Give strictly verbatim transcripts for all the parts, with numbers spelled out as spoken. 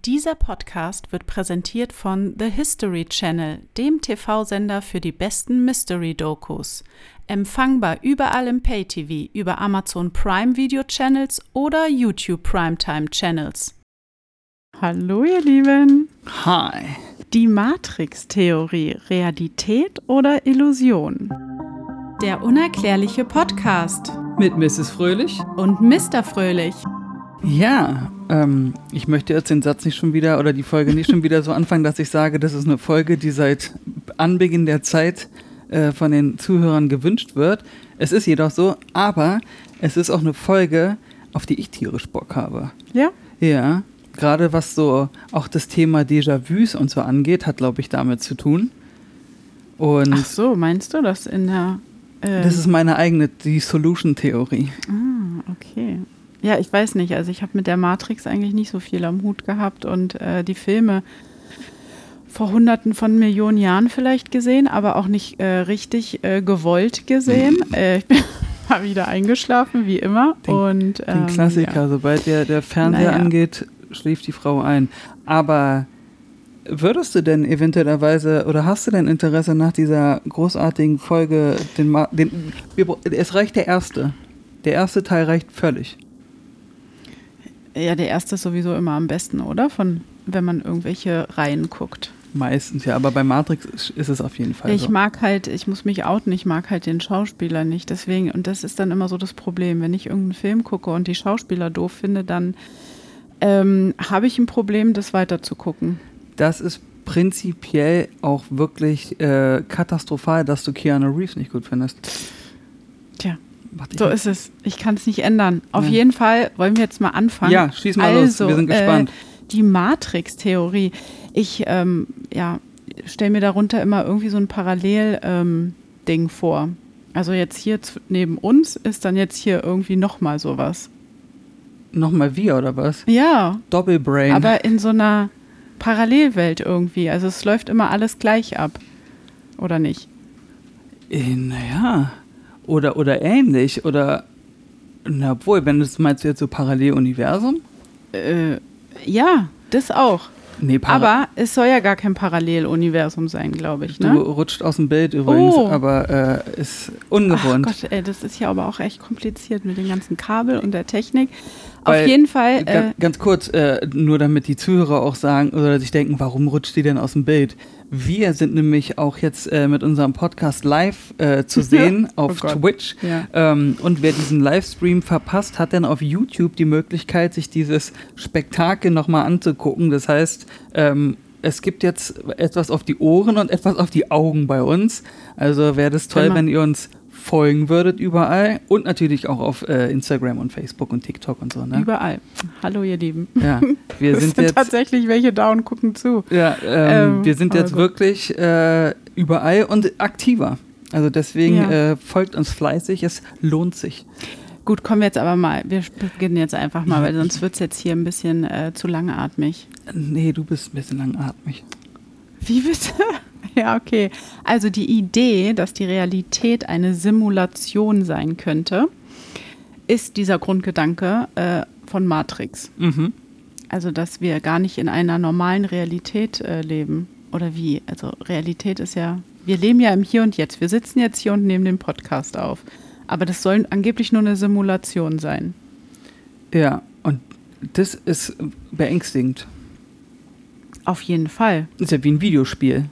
Dieser Podcast wird präsentiert von The History Channel, dem T V-Sender für die besten Mystery-Dokus. Empfangbar überall im Pay-T V, über Amazon Prime Video Channels oder YouTube Primetime Channels. Hallo ihr Lieben! Hi! Die Matrix-Theorie, Realität oder Illusion? Der unerklärliche Podcast Mit Misses Fröhlich und Mister Fröhlich. Ja, ähm, ich möchte jetzt den Satz nicht schon wieder oder die Folge nicht schon wieder so anfangen, dass ich sage, das ist eine Folge, die seit Anbeginn der Zeit äh, von den Zuhörern gewünscht wird. Es ist jedoch so, aber es ist auch eine Folge, auf die ich tierisch Bock habe. Ja? Ja, gerade was so auch das Thema Déjà-vus und so angeht, hat, glaube ich, damit zu tun. Und Ach so, meinst du das in der... Äh das ist meine eigene Dissolution-Theorie. Ah, okay. Ja, ich weiß nicht. Also ich habe mit der Matrix eigentlich nicht so viel am Hut gehabt und äh, die Filme vor hunderten von Millionen Jahren vielleicht gesehen, aber auch nicht äh, richtig äh, gewollt gesehen. äh, ich bin mal wieder eingeschlafen, wie immer. Den, und, ähm, den Klassiker, ja. Sobald der, der Fernseher naja. angeht, schläft die Frau ein. Aber würdest du denn eventuellerweise oder hast du denn Interesse nach dieser großartigen Folge, den, den, wir, es reicht der erste. Der erste Teil reicht völlig. Ja, der erste ist sowieso immer am besten, oder? Von, wenn man irgendwelche Reihen guckt. Meistens, ja, aber bei Matrix ist es auf jeden Fall ich so. Ich mag halt, ich muss mich outen, ich mag halt den Schauspieler nicht, deswegen, und das ist dann immer so das Problem, wenn ich irgendeinen Film gucke und die Schauspieler doof finde, dann ähm, habe ich ein Problem, das weiter zu gucken. Das ist prinzipiell auch wirklich äh, katastrophal, dass du Keanu Reeves nicht gut findest. Tja. So ist es. Ich kann es nicht ändern. Auf ja. jeden Fall wollen wir jetzt mal anfangen. Ja, schieß mal also, los. Wir sind gespannt. Äh, die Matrix-Theorie. Ich ähm, ja, stelle mir darunter immer irgendwie so ein Parallel-Ding ähm, vor. Also jetzt hier zu, neben uns ist dann jetzt hier irgendwie nochmal sowas. Nochmal wir oder was? Ja. Doppelbrain. Aber in so einer Parallelwelt irgendwie. Also es läuft immer alles gleich ab. Oder nicht? Äh, naja... Oder, oder ähnlich, oder, na, obwohl, wenn du es meinst, jetzt so Paralleluniversum? Äh, ja, das auch. Nee, Para- aber es soll ja gar kein Paralleluniversum sein, glaube ich, ne? Du rutscht aus dem Bild übrigens, oh. aber äh, ist ungewohnt. Ach Gott, ey, das ist ja aber auch echt kompliziert mit dem ganzen Kabel und der Technik. Weil, auf jeden Fall. Äh, ganz, ganz kurz, äh, nur damit die Zuhörer auch sagen oder sich denken, warum rutscht die denn aus dem Bild? Wir sind nämlich auch jetzt äh, mit unserem Podcast live äh, zu sehen auf oh Twitch. Ja. Ähm, und wer diesen Livestream verpasst, hat dann auf YouTube die Möglichkeit, sich dieses Spektakel nochmal anzugucken. Das heißt, ähm, es gibt jetzt etwas auf die Ohren und etwas auf die Augen bei uns. Also wäre das toll, Immer. wenn ihr uns folgen würdet überall und natürlich auch auf äh, Instagram und Facebook und TikTok und so. Ne? Überall. Hallo ihr Lieben. Ja, wir sind, sind jetzt tatsächlich welche da und gucken zu. Ja, ähm, ähm, wir sind jetzt also. wirklich äh, überall und aktiver. Also deswegen ja. äh, folgt uns fleißig, es lohnt sich. Gut, kommen wir jetzt aber mal, wir beginnen jetzt einfach mal, weil sonst wird es jetzt hier ein bisschen äh, zu langatmig. Nee, du bist ein bisschen langatmig. Wie bitte? Ja, okay. Also die Idee, dass die Realität eine Simulation sein könnte, ist dieser Grundgedanke äh, von Matrix. Mhm. Also, dass wir gar nicht in einer normalen Realität äh, leben. Oder wie? Also Realität ist ja, wir leben ja im Hier und Jetzt. Wir sitzen jetzt hier und nehmen den Podcast auf. Aber das soll angeblich nur eine Simulation sein. Ja, und das ist beängstigend. Auf jeden Fall. Das ist ja wie ein Videospiel.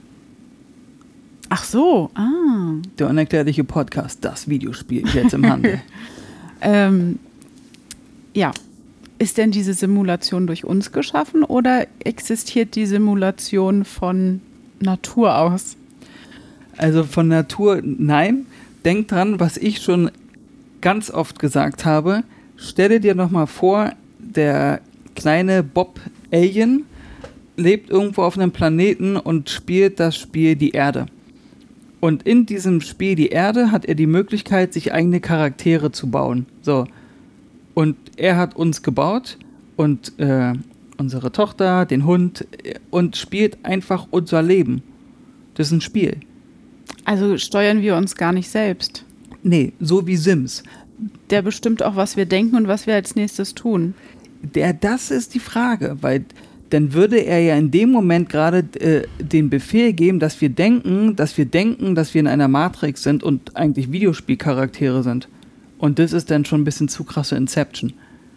Ach so, ah. Der unerklärliche Podcast, das Videospiel, jetzt im Handel. ähm, ja. Ist denn diese Simulation durch uns geschaffen oder existiert die Simulation von Natur aus? Also von Natur, nein. Denk dran, was ich schon ganz oft gesagt habe. Stelle dir noch mal vor, der kleine Bob Alien lebt irgendwo auf einem Planeten und spielt das Spiel Die Erde. Und in diesem Spiel Die Erde hat er die Möglichkeit, sich eigene Charaktere zu bauen. So. Und er hat uns gebaut und äh, unsere Tochter, den Hund und spielt einfach unser Leben. Das ist ein Spiel. Also steuern wir uns gar nicht selbst? Nee, so wie Sims. Der bestimmt auch, was wir denken und was wir als nächstes tun. Der, das ist die Frage, weil dann würde er ja in dem Moment gerade äh, den Befehl geben, dass wir denken, dass wir denken, dass wir in einer Matrix sind und eigentlich Videospielcharaktere sind. Und das ist dann schon ein bisschen zu krasse Inception.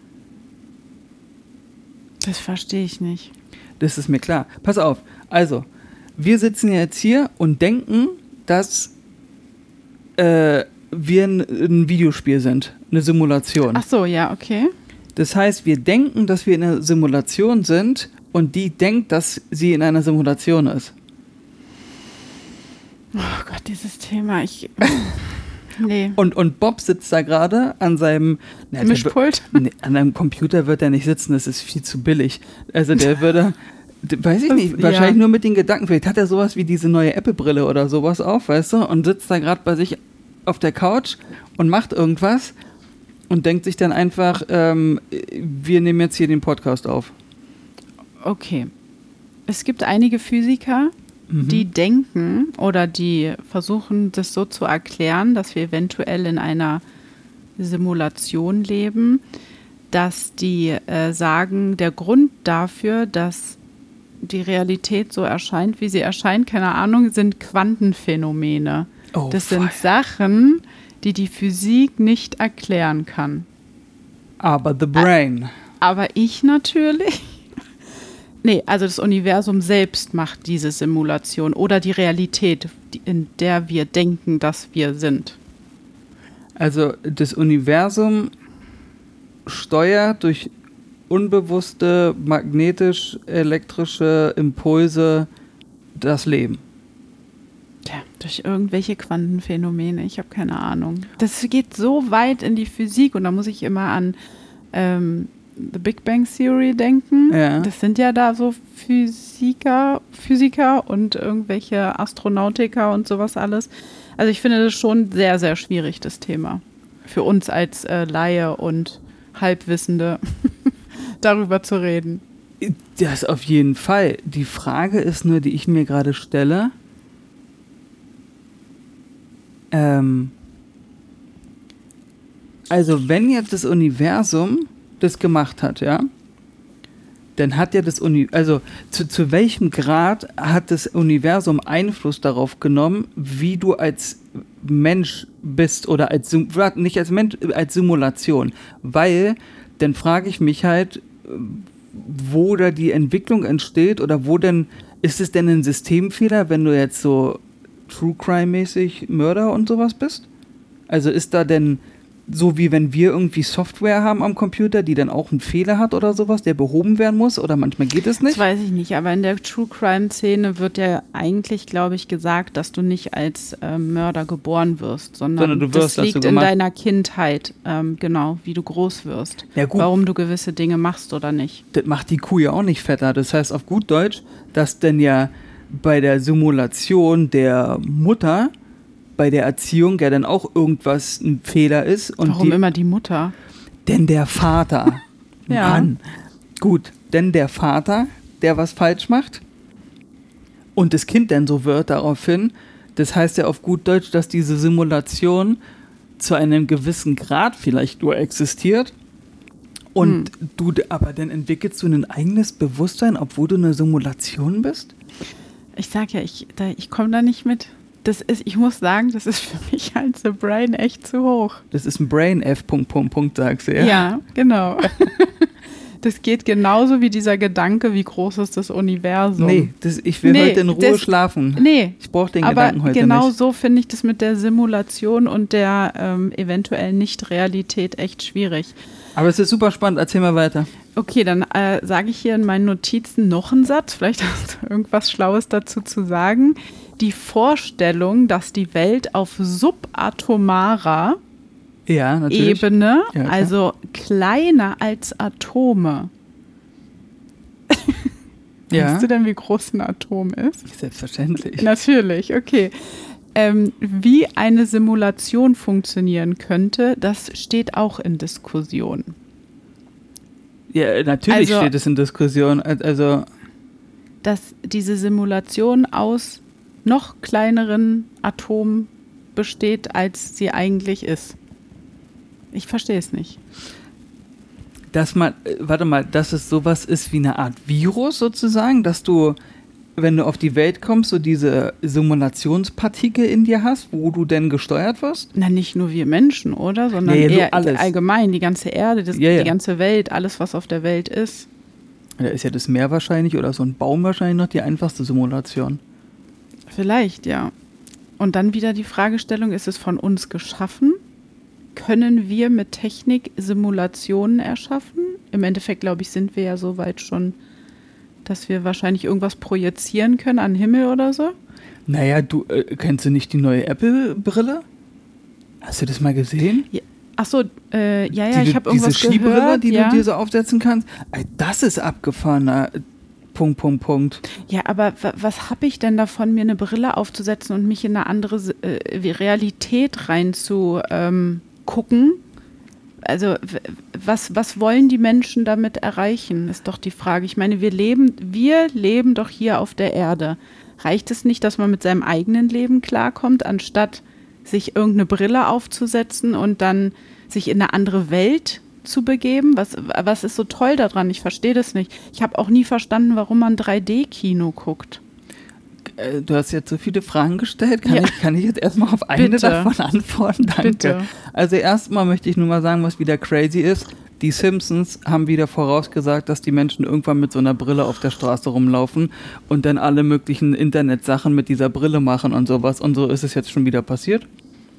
Das verstehe ich nicht. Das ist mir klar. Pass auf, also, wir sitzen jetzt hier und denken, dass äh, wir ein, ein Videospiel sind, eine Simulation. Ach so, ja, okay. Das heißt, wir denken, dass wir in einer Simulation sind und die denkt, dass sie in einer Simulation ist. Oh Gott, dieses Thema, ich... Nee. Und, und Bob sitzt da gerade an seinem... Na, Mischpult? Der, nee, an einem Computer wird er nicht sitzen, das ist viel zu billig. Also der würde... Weiß ich nicht, wahrscheinlich ja. nur mit den Gedanken. Vielleicht hat er sowas wie diese neue Apple-Brille oder sowas auf, weißt du, und sitzt da gerade bei sich auf der Couch und macht irgendwas und denkt sich dann einfach, ähm, wir nehmen jetzt hier den Podcast auf. Okay. Es gibt einige Physiker, mhm. die denken oder die versuchen, das so zu erklären, dass wir eventuell in einer Simulation leben, dass die äh, sagen, der Grund dafür, dass die Realität so erscheint, wie sie erscheint, keine Ahnung, sind Quantenphänomene. Oh, das sind fire. Sachen, die die Physik nicht erklären kann. Aber the brain. Aber ich natürlich. Nee, also das Universum selbst macht diese Simulation oder die Realität, in der wir denken, dass wir sind. Also das Universum steuert durch unbewusste magnetisch-elektrische Impulse das Leben. Ja, durch irgendwelche Quantenphänomene, ich habe keine Ahnung. Das geht so weit in die Physik und da muss ich immer an ähm, The Big Bang Theory denken. Ja. Das sind ja da so Physiker, Physiker und irgendwelche Astronautiker und sowas alles. Also ich finde das schon sehr, sehr schwierig, das Thema. Für uns als äh, Laie und Halbwissende darüber zu reden. Das auf jeden Fall. Die Frage ist nur, die ich mir gerade stelle, ähm, also wenn jetzt das Universum das gemacht hat, ja, dann hat ja das Uni, also zu, zu welchem Grad hat das Universum Einfluss darauf genommen, wie du als Mensch bist oder als, nicht als Mensch, als Simulation, weil dann frage ich mich halt, wo da die Entwicklung entsteht oder wo denn, ist es denn ein Systemfehler, wenn du jetzt so True Crime-mäßig Mörder und sowas bist? Also ist da denn so wie wenn wir irgendwie Software haben am Computer, die dann auch einen Fehler hat oder sowas, der behoben werden muss oder manchmal geht es nicht? Das weiß ich nicht, aber in der True Crime-Szene wird ja eigentlich, glaube ich, gesagt, dass du nicht als äh, Mörder geboren wirst, sondern, sondern du wirst, das liegt in deiner Kindheit, ähm, genau, wie du groß wirst, ja, gut. Warum du gewisse Dinge machst oder nicht. Das macht die Kuh ja auch nicht fetter, das heißt auf gut Deutsch, dass denn ja bei der Simulation der Mutter bei der Erziehung ja dann auch irgendwas ein Fehler ist. Und Warum die, immer die Mutter? Denn der Vater. Ja. Mann. Gut, denn der Vater, der was falsch macht und das Kind dann so wird daraufhin, das heißt ja auf gut Deutsch, dass diese Simulation zu einem gewissen Grad vielleicht nur existiert und hm. du, aber dann entwickelst du ein eigenes Bewusstsein, obwohl du eine Simulation bist? Ich sag ja, ich, da, ich komme da nicht mit. Das ist, ich muss sagen, das ist für mich als The Brain echt zu hoch. Das ist ein Brain F. Punkt, Punkt, Punkt, sagst du, ja? Ja, genau. Das geht genauso wie dieser Gedanke, wie groß ist das Universum. Nee, das, ich will nee, heute in Ruhe das, schlafen. Nee, ich brauche den aber Gedanken heute genau nicht. So finde ich das mit der Simulation und der ähm, eventuell Nicht-Realität echt schwierig. Aber es ist super spannend, erzähl mal weiter. Okay, dann äh, sage ich hier in meinen Notizen noch einen Satz. Vielleicht hast du irgendwas Schlaues dazu zu sagen. Die Vorstellung, dass die Welt auf subatomarer ja, Ebene, ja, also kleiner als Atome. Ja. Weißt du denn, wie groß ein Atom ist? Selbstverständlich. Natürlich, okay. Ähm, wie eine Simulation funktionieren könnte, das steht auch in Diskussion. Ja, natürlich also, steht es in Diskussion. Also, dass diese Simulation aus noch kleineren Atomen besteht, als sie eigentlich ist. Ich verstehe es nicht. dass man, äh, warte mal, dass es sowas ist wie eine Art Virus sozusagen, dass du, wenn du auf die Welt kommst, so diese Simulationspartikel in dir hast, wo du denn gesteuert wirst? Na, nicht nur wir Menschen, oder? Sondern ja, ja, eher alles. allgemein, die ganze Erde, das, ja, ja. die ganze Welt, alles, was auf der Welt ist. Da ist ja das Meer wahrscheinlich oder so ein Baum wahrscheinlich noch die einfachste Simulation. Vielleicht, ja. Und dann wieder die Fragestellung, ist es von uns geschaffen? Können wir mit Technik Simulationen erschaffen? Im Endeffekt, glaube ich, sind wir ja so weit schon, dass wir wahrscheinlich irgendwas projizieren können an den Himmel oder so. Naja, du, äh, kennst du nicht die neue Apple-Brille? Hast du das mal gesehen? Ja. Ach so, äh, ja, ja, die, ich habe irgendwas diese Skibrille, gehört. die ja. du dir so aufsetzen kannst. Ey, das ist abgefahrener. Punkt, Punkt, Punkt. Ja, aber w- was habe ich denn davon, mir eine Brille aufzusetzen und mich in eine andere äh, Realität rein zu ähm, gucken? Also w- was, was wollen die Menschen damit erreichen, ist doch die Frage. Ich meine, wir leben, wir leben doch hier auf der Erde. Reicht es nicht, dass man mit seinem eigenen Leben klarkommt, anstatt sich irgendeine Brille aufzusetzen und dann sich in eine andere Welt zu begeben? Was, was ist so toll daran? Ich verstehe das nicht. Ich habe auch nie verstanden, warum man drei D-Kino guckt. Äh, du hast jetzt so viele Fragen gestellt. Kann, Ja. ich, kann ich jetzt erstmal auf eine Bitte. davon antworten? Danke. Bitte. Also erstmal möchte ich nur mal sagen, was wieder crazy ist. Die Simpsons haben wieder vorausgesagt, dass die Menschen irgendwann mit so einer Brille auf der Straße rumlaufen und dann alle möglichen Internetsachen mit dieser Brille machen und sowas. Und so ist es jetzt schon wieder passiert.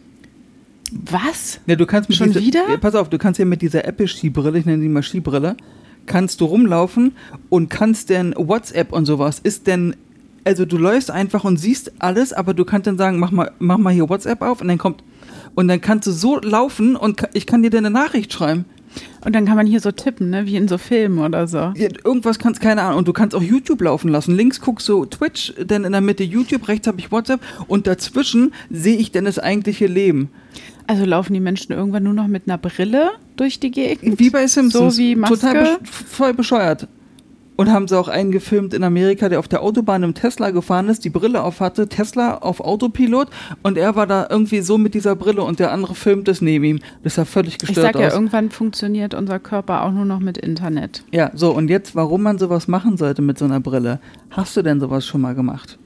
Was? Ja, du kannst mit Schon dieser, wieder? Ja, pass auf, du kannst ja mit dieser Apple-Skibrille, ich nenne die mal Skibrille, kannst du rumlaufen und kannst dann WhatsApp und sowas, ist denn, also du läufst einfach und siehst alles, aber du kannst dann sagen, mach mal, mach mal hier WhatsApp auf und dann kommt, und dann kannst du so laufen und ka- ich kann dir dann eine Nachricht schreiben. Und dann kann man hier so tippen, ne? Wie in so Filmen oder so. Ja, irgendwas kannst, keine Ahnung, und du kannst auch YouTube laufen lassen. Links guckst du Twitch, dann in der Mitte YouTube, rechts habe ich WhatsApp und dazwischen sehe ich dann das eigentliche Leben. Also laufen die Menschen irgendwann nur noch mit einer Brille durch die Gegend? Wie bei Simpsons. So wie Maske? Total besch- voll bescheuert. Und haben sie auch einen gefilmt in Amerika, der auf der Autobahn im Tesla gefahren ist, die Brille auf hatte, Tesla auf Autopilot und er war da irgendwie so mit dieser Brille und der andere filmt es neben ihm. Das sah völlig Ich gestört sag ja, aus. irgendwann funktioniert unser Körper auch nur noch mit Internet. Ja, so und jetzt, warum man sowas machen sollte mit so einer Brille. Hast du denn sowas schon mal gemacht?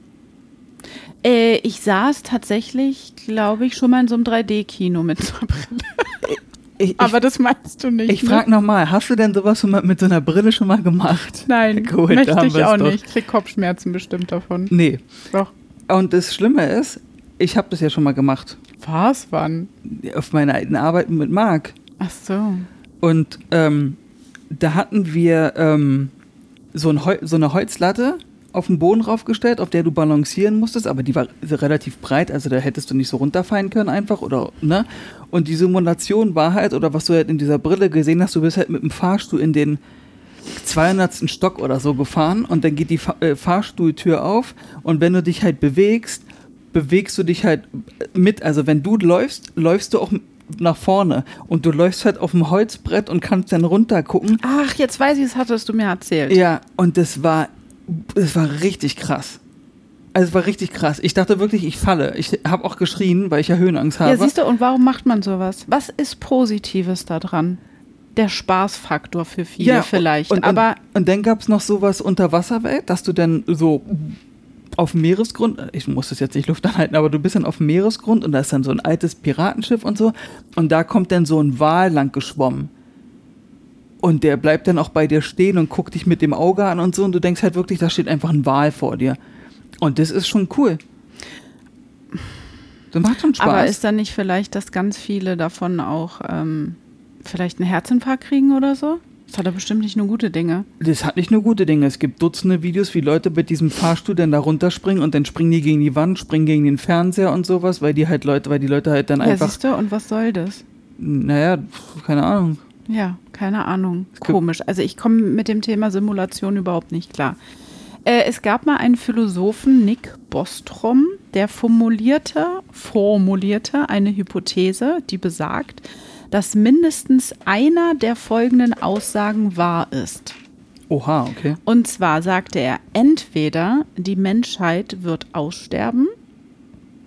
Äh, ich saß tatsächlich, glaube ich, schon mal in so einem drei D-Kino mit so einer Brille. Ich, ich, Aber das meinst du nicht. ich ne? frage nochmal, hast du denn sowas schon mal mit so einer Brille schon mal gemacht? Nein, Gut, da möchte haben ich wir's auch doch. nicht. Ich krieg Kopfschmerzen bestimmt davon. Nee. Doch. Und das Schlimme ist, ich habe das ja schon mal gemacht. Was? Wann? Auf meiner alten Arbeit mit Marc. Ach so. Und ähm, da hatten wir ähm, so, ein Heu- so eine Holzlatte auf den Boden raufgestellt, auf der du balancieren musstest, aber die war so relativ breit, also da hättest du nicht so runterfallen können einfach, oder, ne? Und die Simulation war halt, oder was du halt in dieser Brille gesehen hast, du bist halt mit dem Fahrstuhl in den zweihundertsten Stock oder so gefahren und dann geht die Fa- äh, Fahrstuhltür auf und wenn du dich halt bewegst, bewegst du dich halt mit, also wenn du läufst, läufst du auch nach vorne und du läufst halt auf dem Holzbrett und kannst dann runter gucken. Ach, jetzt weiß ich, das hattest du mir erzählt. Ja, und das war, das war richtig krass. Also es war richtig krass. Ich dachte wirklich, ich falle. Ich habe auch geschrien, weil ich ja Höhenangst habe. Ja, siehst du, und warum macht man sowas? Was ist Positives daran? Der Spaßfaktor für viele Ja, vielleicht, und, aber und, und dann gab es noch sowas Unterwasserwelt, dass du dann so auf dem Meeresgrund, ich muss das jetzt nicht Luft anhalten, aber du bist dann auf dem Meeresgrund und da ist dann so ein altes Piratenschiff und so und da kommt dann so ein Wal lang geschwommen. Und der bleibt dann auch bei dir stehen und guckt dich mit dem Auge an und so und du denkst halt wirklich, da steht einfach ein Wal vor dir. Und das ist schon cool. Das macht schon Spaß. Aber ist dann nicht vielleicht, dass ganz viele davon auch ähm, vielleicht einen Herzinfarkt kriegen oder so? Das hat doch bestimmt nicht nur gute Dinge. Das hat nicht nur gute Dinge. Es gibt Dutzende Videos, wie Leute mit diesem Fahrstuhl dann da runterspringen und dann springen die gegen die Wand, springen gegen den Fernseher und sowas, weil die halt Leute, weil die Leute halt dann Ja, einfach. siehst du, und was soll das? Naja, keine Ahnung. Ja, keine Ahnung. gibt- Komisch. Also ich komme mit dem Thema Simulation überhaupt nicht klar. Äh, es gab mal einen Philosophen, Nick Bostrom, der formulierte, formulierte eine Hypothese, die besagt, dass mindestens einer der folgenden Aussagen wahr ist. Oha, okay. Und zwar sagte er, entweder die Menschheit wird aussterben,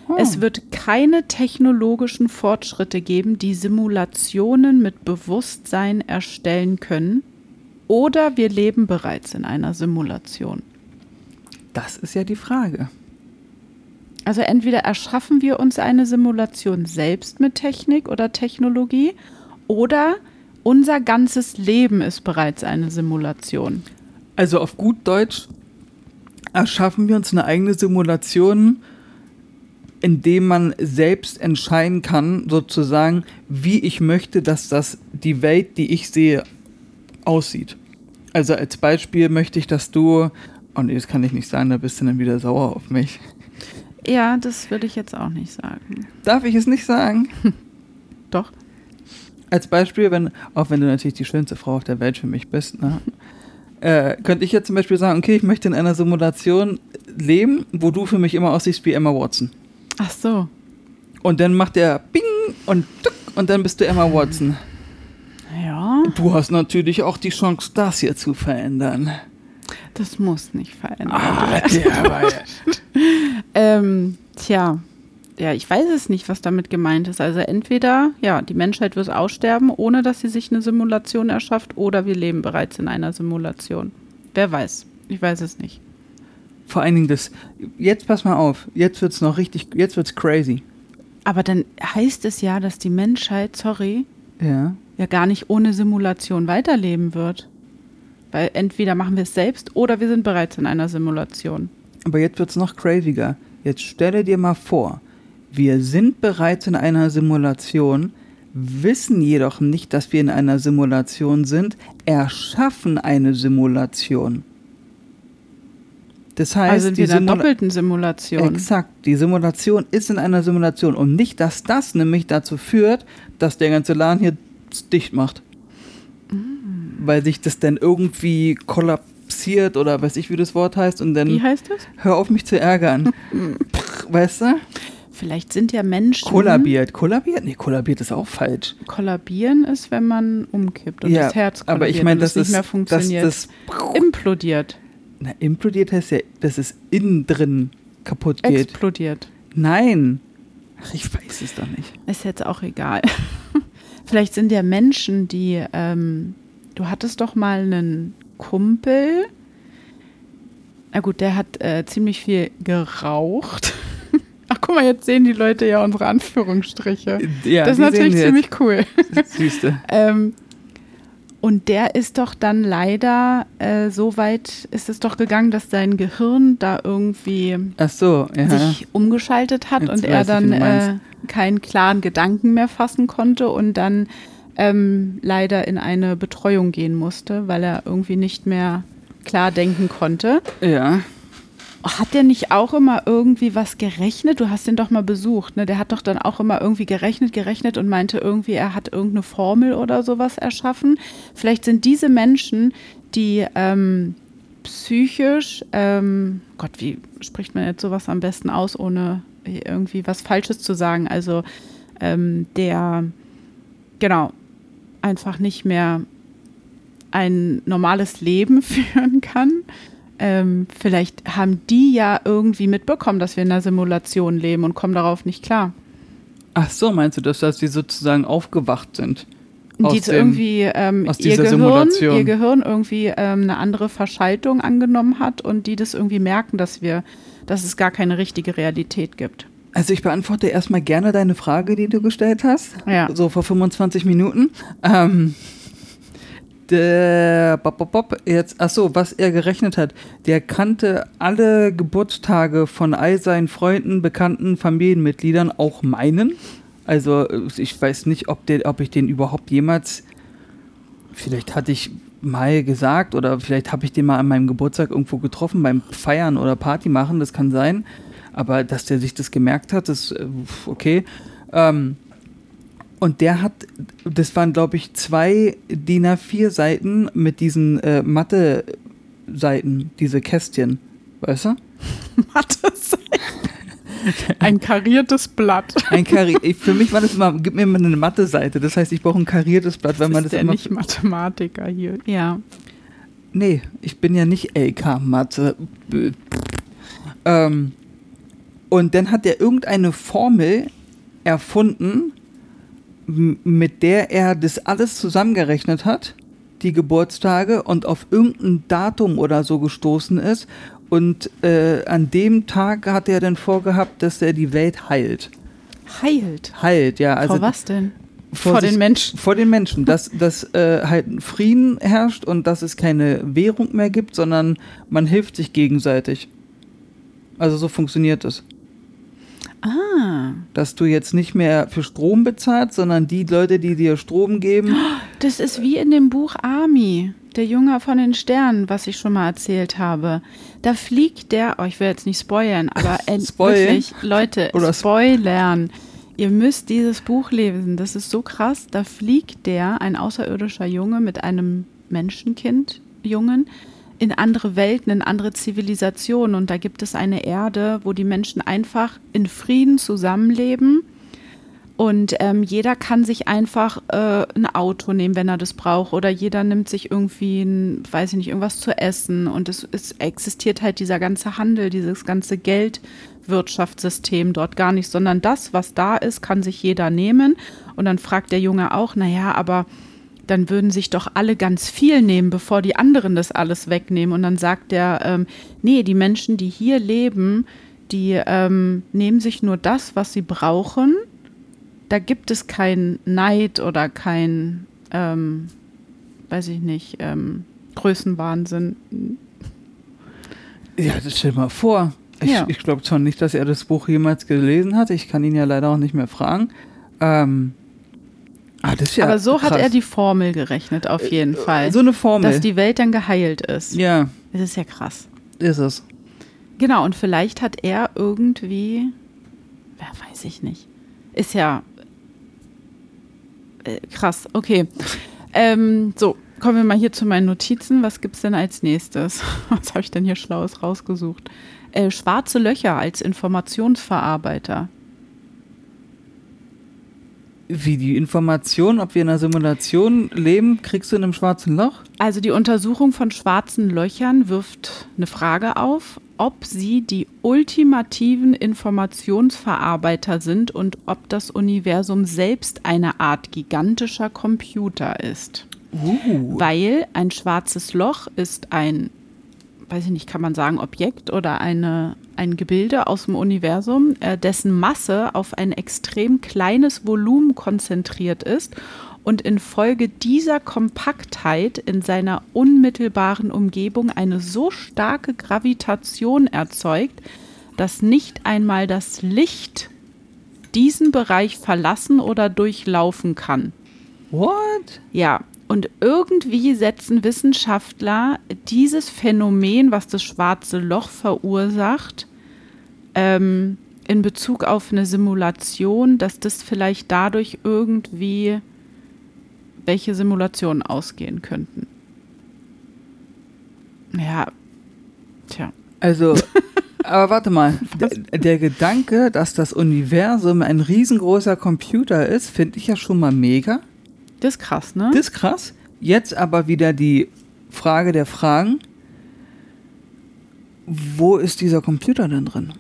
Oh. Es wird keine technologischen Fortschritte geben, die Simulationen mit Bewusstsein erstellen können. Oder wir leben bereits in einer Simulation. Das ist ja die Frage. Also entweder erschaffen wir uns eine Simulation selbst mit Technik oder Technologie oder unser ganzes Leben ist bereits eine Simulation. Also auf gut Deutsch erschaffen wir uns eine eigene Simulation, indem man selbst entscheiden kann, sozusagen, wie ich möchte, dass das die Welt, die ich sehe, aussieht. Also als Beispiel möchte ich, dass du, oh nee, das kann ich nicht sagen, da bist du dann wieder sauer auf mich. Ja, das würde ich jetzt auch nicht sagen. Darf ich es nicht sagen? Doch. Als Beispiel, wenn, auch wenn du natürlich die schönste Frau auf der Welt für mich bist, ne, äh, könnte ich jetzt zum Beispiel sagen, okay, ich möchte in einer Simulation leben, wo du für mich immer aussiehst wie Emma Watson. Ach so. Und dann macht der Bing und tuck und dann bist du Emma Watson. Ja. Du hast natürlich auch die Chance, das hier zu verändern. Das muss nicht verändern. Ah, der war ja. ähm, tja, ja, ich weiß es nicht, was damit gemeint ist. Also entweder, ja, die Menschheit wird aussterben, ohne dass sie sich eine Simulation erschafft, oder wir leben bereits in einer Simulation. Wer weiß? Ich weiß es nicht. Vor allen Dingen das, jetzt pass mal auf, jetzt wird's noch richtig, jetzt wird's crazy. Aber dann heißt es ja, dass die Menschheit, sorry, ja, ja gar nicht ohne Simulation weiterleben wird. Weil entweder machen wir es selbst oder wir sind bereits in einer Simulation. Aber jetzt wird's noch craziger. Jetzt stelle dir mal vor, wir sind bereits in einer Simulation, wissen jedoch nicht, dass wir in einer Simulation sind, erschaffen eine Simulation. Das heißt, also sind wir die in einer Simula- doppelten Simulation. Exakt, die Simulation ist in einer Simulation und nicht, dass das nämlich dazu führt, dass der ganze Laden hier dicht macht. Mm. Weil sich das dann irgendwie kollapsiert oder weiß ich, wie das Wort heißt. Und dann wie heißt das? Hör auf, mich zu ärgern. Pff, weißt du? Vielleicht sind ja Menschen... Kollabiert. Kollabiert? Nee, kollabiert ist auch falsch. Kollabieren ist, wenn man umkippt und ja, das Herz kollabiert aber ich mein, und das es nicht ist, mehr funktioniert. Das, das implodiert. Na, implodiert heißt ja, dass es innen drin kaputt geht. Explodiert. Nein. Ach, ich weiß es doch nicht. Ist jetzt auch egal. Vielleicht sind ja Menschen, die, ähm, du hattest doch mal einen Kumpel, na gut, der hat äh, ziemlich viel geraucht. Ach, guck mal, jetzt sehen die Leute ja unsere Anführungsstriche. Ja, das ist natürlich ziemlich cool. Siehst du. ähm, und der ist doch dann leider, äh, so weit ist es doch gegangen, dass sein Gehirn da irgendwie Ach so, ja. sich umgeschaltet hat. Jetzt und er dann äh, keinen klaren Gedanken mehr fassen konnte und dann ähm, leider in eine Betreuung gehen musste, weil er irgendwie nicht mehr klar denken konnte. Ja. Hat der nicht auch immer irgendwie was gerechnet? Du hast den doch mal besucht, ne? Der hat doch dann auch immer irgendwie gerechnet, gerechnet und meinte irgendwie, er hat irgendeine Formel oder sowas erschaffen. Vielleicht sind diese Menschen, die ähm, psychisch, ähm, Gott, wie spricht man jetzt sowas am besten aus, ohne irgendwie was Falsches zu sagen? Also ähm, der, genau, einfach nicht mehr ein normales Leben führen kann. Ähm, vielleicht haben die ja irgendwie mitbekommen, dass wir in einer Simulation leben und kommen darauf nicht klar. Ach so, meinst du, dass, dass die sozusagen aufgewacht sind? Die jetzt irgendwie ähm, aus ihr, dieser Gehirn, Simulation. ihr Gehirn irgendwie ähm, eine andere Verschaltung angenommen hat und die das irgendwie merken, dass wir, dass es gar keine richtige Realität gibt. Also ich beantworte erstmal gerne deine Frage, die du gestellt hast. Ja. So vor fünfundzwanzig Minuten. Ähm, der Bob, Bob, Bob, jetzt, achso, was er gerechnet hat, der kannte alle Geburtstage von all seinen Freunden, Bekannten, Familienmitgliedern, auch meinen. Also ich weiß nicht, ob, der, ob ich den überhaupt jemals, vielleicht hatte ich mal gesagt oder vielleicht habe ich den mal an meinem Geburtstag irgendwo getroffen, beim Feiern oder Party machen, das kann sein. Aber dass der sich das gemerkt hat, ist okay. Ähm, Und der hat, das waren glaube ich zwei D I N A vier Seiten mit diesen äh, Mathe-Seiten, diese Kästchen, weißt du? Mathe-Seiten? Ein kariertes Blatt. Ein Kari- Für mich war das immer, gib mir mal eine Mathe-Seite, das heißt, ich brauche ein kariertes Blatt, wenn man das ist der immer... nicht Mathematiker hier, ja. Nee, ich bin ja nicht L K-Mathe. Ähm, Und dann hat er irgendeine Formel erfunden, m- mit der er das alles zusammengerechnet hat, die Geburtstage, und auf irgendein Datum oder so gestoßen ist. Und äh, an dem Tag hat er dann vorgehabt, dass er die Welt heilt. Heilt? Heilt, ja. Also vor was denn? Vor, vor sich, den Menschen? Vor den Menschen, dass, dass äh, halt ein Frieden herrscht und dass es keine Währung mehr gibt, sondern man hilft sich gegenseitig. Also so funktioniert es. Ah. Dass du jetzt nicht mehr für Strom bezahlst, sondern die Leute, die dir Strom geben. Das ist wie in dem Buch Army, der Junge von den Sternen, was ich schon mal erzählt habe. Da fliegt der, oh, ich will jetzt nicht spoilern, aber äh, wirklich, Leute, Oder spoilern. Ihr müsst dieses Buch lesen, das ist so krass. Da fliegt der, ein außerirdischer Junge mit einem Menschenkind, Jungen, in andere Welten, in andere Zivilisationen. Und da gibt es eine Erde, wo die Menschen einfach in Frieden zusammenleben. Und ähm, jeder kann sich einfach äh, ein Auto nehmen, wenn er das braucht. Oder jeder nimmt sich irgendwie, ein, weiß ich nicht, irgendwas zu essen. Und es, es existiert halt dieser ganze Handel, dieses ganze Geldwirtschaftssystem dort gar nicht. Sondern das, was da ist, kann sich jeder nehmen. Und dann fragt der Junge auch, naja, aber dann würden sich doch alle ganz viel nehmen, bevor die anderen das alles wegnehmen. Und dann sagt der, ähm, nee, die Menschen, die hier leben, die ähm, nehmen sich nur das, was sie brauchen. Da gibt es kein Neid oder kein, ähm, weiß ich nicht, ähm, Größenwahnsinn. Ja, das stell dir mal vor. Ich, Ja. ich glaube zwar nicht, dass er das Buch jemals gelesen hat. Ich kann ihn ja leider auch nicht mehr fragen. Ähm, ah, das ist ja Aber so krass. hat er die Formel gerechnet, auf jeden Fall. So eine Formel. Dass die Welt dann geheilt ist. Ja, Das ist ja krass. ist es. Genau, und vielleicht hat er irgendwie, ja, weiß ich nicht, ist ja äh, krass, okay. Ähm, so, kommen wir mal hier zu meinen Notizen. Was gibt's denn als nächstes? Was habe ich denn hier Schlaues rausgesucht? Äh, schwarze Löcher als Informationsverarbeiter. Wie die Information, ob wir in einer Simulation leben, kriegst du in einem schwarzen Loch? Also die Untersuchung von schwarzen Löchern wirft eine Frage auf, ob sie die ultimativen Informationsverarbeiter sind und ob das Universum selbst eine Art gigantischer Computer ist. Uh. Weil ein schwarzes Loch ist ein, weiß ich nicht, kann man sagen, Objekt oder eine, ein Gebilde aus dem Universum, äh, dessen Masse auf ein extrem kleines Volumen konzentriert ist und infolge dieser Kompaktheit in seiner unmittelbaren Umgebung eine so starke Gravitation erzeugt, dass nicht einmal das Licht diesen Bereich verlassen oder durchlaufen kann. What? Ja, und irgendwie setzen Wissenschaftler dieses Phänomen, was das schwarze Loch verursacht, ähm, in Bezug auf eine Simulation, dass das vielleicht dadurch irgendwie welche Simulationen ausgehen könnten. Ja, tja. Also, aber warte mal, der, der Gedanke, dass das Universum ein riesengroßer Computer ist, finde ich ja schon mal mega. Das ist krass, ne? Das ist krass. Jetzt aber wieder die Frage der Fragen. Wo ist dieser Computer denn drin?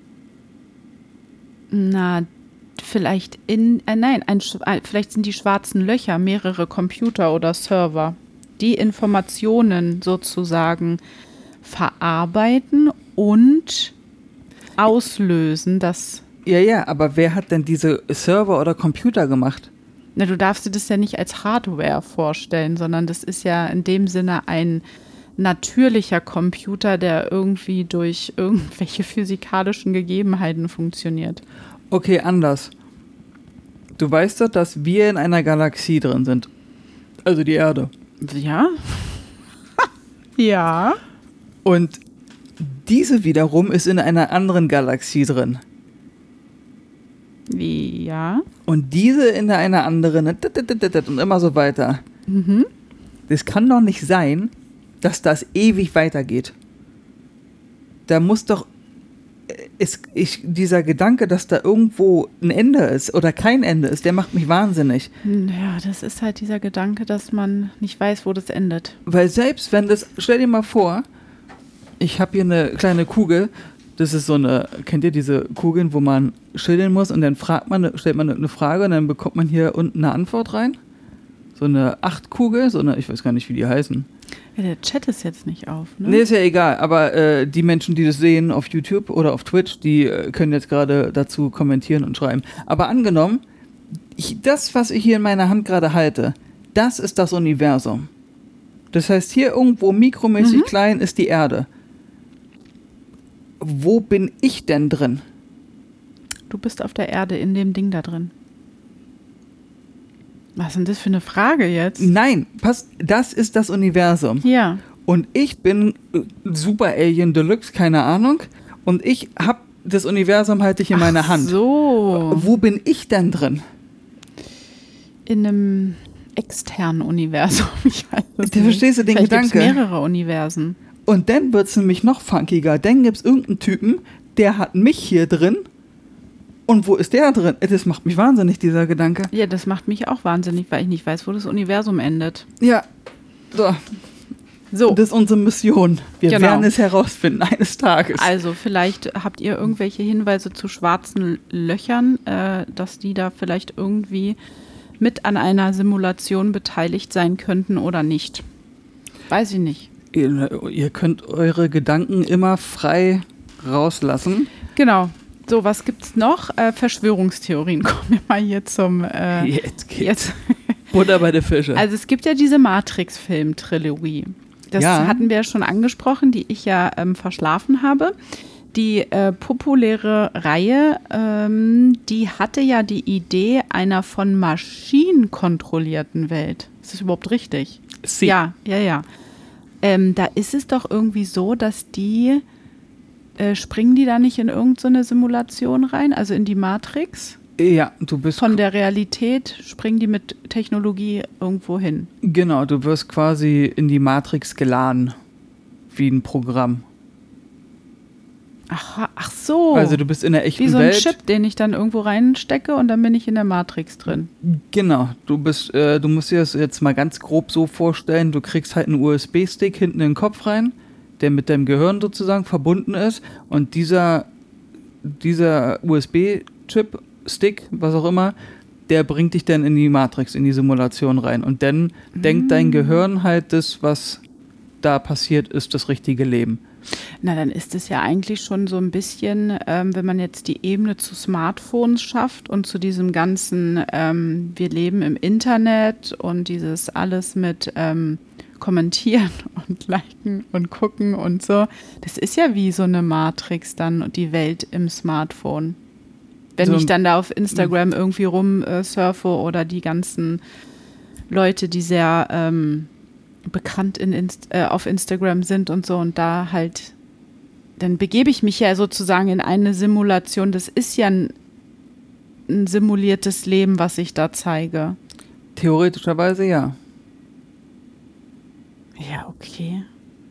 Na, vielleicht in, äh, nein, ein, äh, vielleicht sind die schwarzen Löcher mehrere Computer oder Server, die Informationen sozusagen verarbeiten und auslösen, dass... Ja, ja, aber wer hat denn diese Server oder Computer gemacht? Na, du darfst dir das ja nicht als Hardware vorstellen, sondern das ist ja in dem Sinne ein natürlicher Computer, der irgendwie durch irgendwelche physikalischen Gegebenheiten funktioniert. Okay, anders. Du weißt doch, dass wir in einer Galaxie drin sind. Also die Erde. Ja? Ja. Und diese wiederum ist in einer anderen Galaxie drin. Wie, ja? Und diese in einer anderen und immer so weiter. Mhm. Das kann doch nicht sein, dass das ewig weitergeht. Da muss doch ist, ich, dieser Gedanke, dass da irgendwo ein Ende ist oder kein Ende ist, der macht mich wahnsinnig. Ja, das ist halt dieser Gedanke, dass man nicht weiß, wo das endet. Weil selbst wenn das, stell dir mal vor, ich habe hier eine kleine Kugel, Das ist so eine, kennt ihr diese Kugeln, wo man schütteln muss und dann fragt man, stellt man eine Frage und dann bekommt man hier unten eine Antwort rein? So eine Achtkugel, so eine, ich weiß gar nicht, wie die heißen. Ja, der Chat ist jetzt nicht auf, ne? Nee, ist ja egal, aber äh, die Menschen, die das sehen auf YouTube oder auf Twitch, die äh, können jetzt gerade dazu kommentieren und schreiben. Aber angenommen, ich, das, was ich hier in meiner Hand gerade halte, das ist das Universum. Das heißt, hier irgendwo mikromäßig mhm. klein ist die Erde. Wo bin ich denn drin? Du bist auf der Erde in dem Ding da drin. Was ist denn das für eine Frage jetzt? Nein, pass, das ist das Universum. Ja. Und ich bin äh, Super Alien Deluxe, keine Ahnung. Und ich hab das Universum halte ich in meiner Hand. Ach so. Wo bin ich denn drin? In einem externen Universum. Ich weiß es Du nicht. verstehst du den Vielleicht Gedanke? Gibt's mehrere Universen. Und dann wird es nämlich noch funkiger. Dann gibt es irgendeinen Typen, der hat mich hier drin. Und wo ist der drin? Das macht mich wahnsinnig, dieser Gedanke. Ja, das macht mich auch wahnsinnig, weil ich nicht weiß, wo das Universum endet. Ja, so. So. Das ist unsere Mission. Wir Genau. werden es herausfinden, eines Tages. Also vielleicht habt ihr irgendwelche Hinweise zu schwarzen Löchern, äh, dass die da vielleicht irgendwie mit an einer Simulation beteiligt sein könnten oder nicht. Weiß ich nicht. Ihr, ihr könnt eure Gedanken immer frei rauslassen. Genau. So, was gibt's noch? Äh, Verschwörungstheorien. Kommen wir mal hier zum... Äh, Jetzt geht's. jetzt. Butter bei der Fische. Also es gibt ja diese Matrix-Film-Trilogie. Das Ja. hatten wir ja schon angesprochen, die ich ja ähm, verschlafen habe. Die äh, populäre Reihe, ähm, die hatte ja die Idee einer von Maschinen kontrollierten Welt. Ist das überhaupt richtig? Sie. Ja, ja, ja. Ähm, da ist es doch irgendwie so, dass die, äh, springen die da nicht in irgendeine Simulation rein, also in die Matrix? Ja, du bist Von der Realität springen die mit Technologie irgendwo hin. Genau, du wirst quasi in die Matrix geladen. Wie ein Programm. Ach, ach so. Also du bist in der echten Wie so ein Welt. Chip, den ich dann irgendwo reinstecke und dann bin ich in der Matrix drin. Genau, du bist, äh, du musst dir das jetzt mal ganz grob so vorstellen, du kriegst halt einen U S B-Stick hinten in den Kopf rein, der mit deinem Gehirn sozusagen verbunden ist und dieser, dieser U S B-Chip, Stick, was auch immer, der bringt dich dann in die Matrix, in die Simulation rein und dann mm. denkt dein Gehirn halt, das, was da passiert, ist das richtige Leben. Na, dann ist es ja eigentlich schon so ein bisschen, ähm, wenn man jetzt die Ebene zu Smartphones schafft und zu diesem ganzen, ähm, wir leben im Internet und dieses alles mit ähm, kommentieren und liken und gucken und so. Das ist ja wie so eine Matrix dann und die Welt im Smartphone. Wenn so, ich dann da auf Instagram irgendwie rumsurfe äh, oder die ganzen Leute, die sehr ähm, bekannt in Inst- äh, auf Instagram sind und so und da halt, dann begebe ich mich ja sozusagen in eine Simulation. Das ist ja ein, ein simuliertes Leben, was ich da zeige. Theoretischerweise ja. Ja, okay.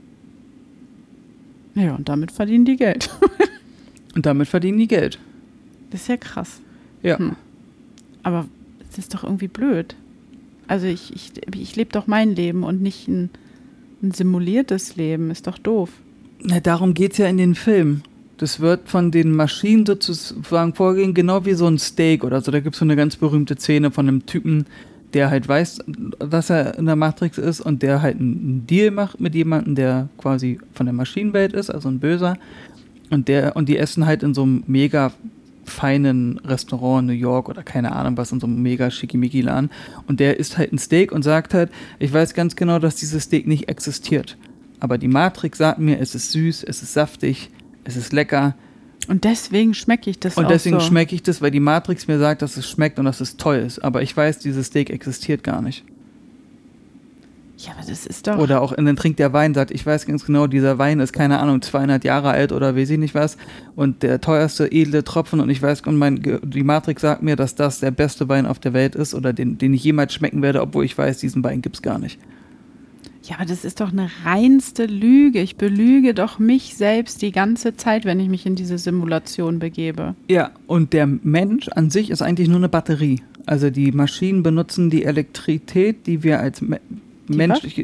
Ja, und damit verdienen die Geld. Und damit verdienen die Geld. Das ist ja krass. Ja. Hm. Aber es ist doch irgendwie blöd. Also ich, ich, ich lebe doch mein Leben und nicht ein, ein simuliertes Leben. Ist doch doof. Na, darum geht es ja in den Filmen. Das wird von den Maschinen sozusagen vorgehen, genau wie so ein Steak oder so. Da gibt es so eine ganz berühmte Szene von einem Typen, der halt weiß, dass er in der Matrix ist und der halt einen Deal macht mit jemandem, der quasi von der Maschinenwelt ist, also ein Böser. Und der und die essen halt in so einem mega feinen Restaurant in New York oder keine Ahnung was, in so einem mega Schickimicki-Laden. Und der isst halt ein Steak und sagt halt, ich weiß ganz genau, dass dieses Steak nicht existiert. Aber die Matrix sagt mir, es ist süß, es ist saftig, es ist lecker. Und deswegen schmecke ich das Und auch deswegen so. schmecke ich das, weil die Matrix mir sagt, dass es schmeckt und dass es toll ist. Aber ich weiß, dieses Steak existiert gar nicht. Ja, aber das ist doch... Oder auch, und dann trinkt der Wein, sagt, ich weiß ganz genau, dieser Wein ist, keine Ahnung, zweihundert Jahre alt oder weiß ich nicht was und der teuerste edle Tropfen und ich weiß, und mein, die Matrix sagt mir, dass das der beste Wein auf der Welt ist oder den, den ich jemals schmecken werde, obwohl ich weiß, diesen Wein gibt's gar nicht. Ja, aber das ist doch eine reinste Lüge. Ich belüge doch mich selbst die ganze Zeit, wenn ich mich in diese Simulation begebe. Ja, und der Mensch an sich ist eigentlich nur eine Batterie. Also die Maschinen benutzen die Elektrizität, die wir als Me- Die menschliche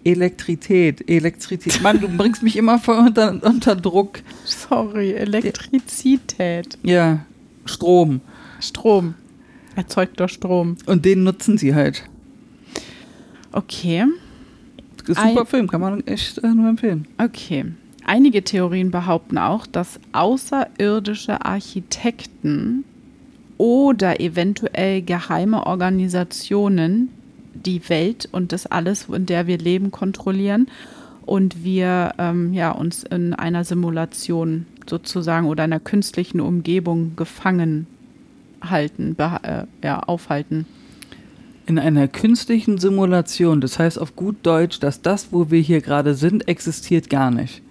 Elektrizität, Elektrizität. Mann, du bringst mich immer voll unter, unter Druck. Sorry, Elektrizität. Ja, Strom. Strom. Erzeugter Strom. Und den nutzen sie halt. Okay. Super Ein- Film, kann man echt äh, nur empfehlen. Okay. Einige Theorien behaupten auch, dass außerirdische Architekten oder eventuell geheime Organisationen die Welt und das alles, in der wir leben, kontrollieren und wir ähm, ja, uns in einer Simulation sozusagen oder einer künstlichen Umgebung gefangen halten, beha- äh, ja, aufhalten. In einer künstlichen Simulation, das heißt auf gut Deutsch, dass das, wo wir hier gerade sind, existiert gar nicht.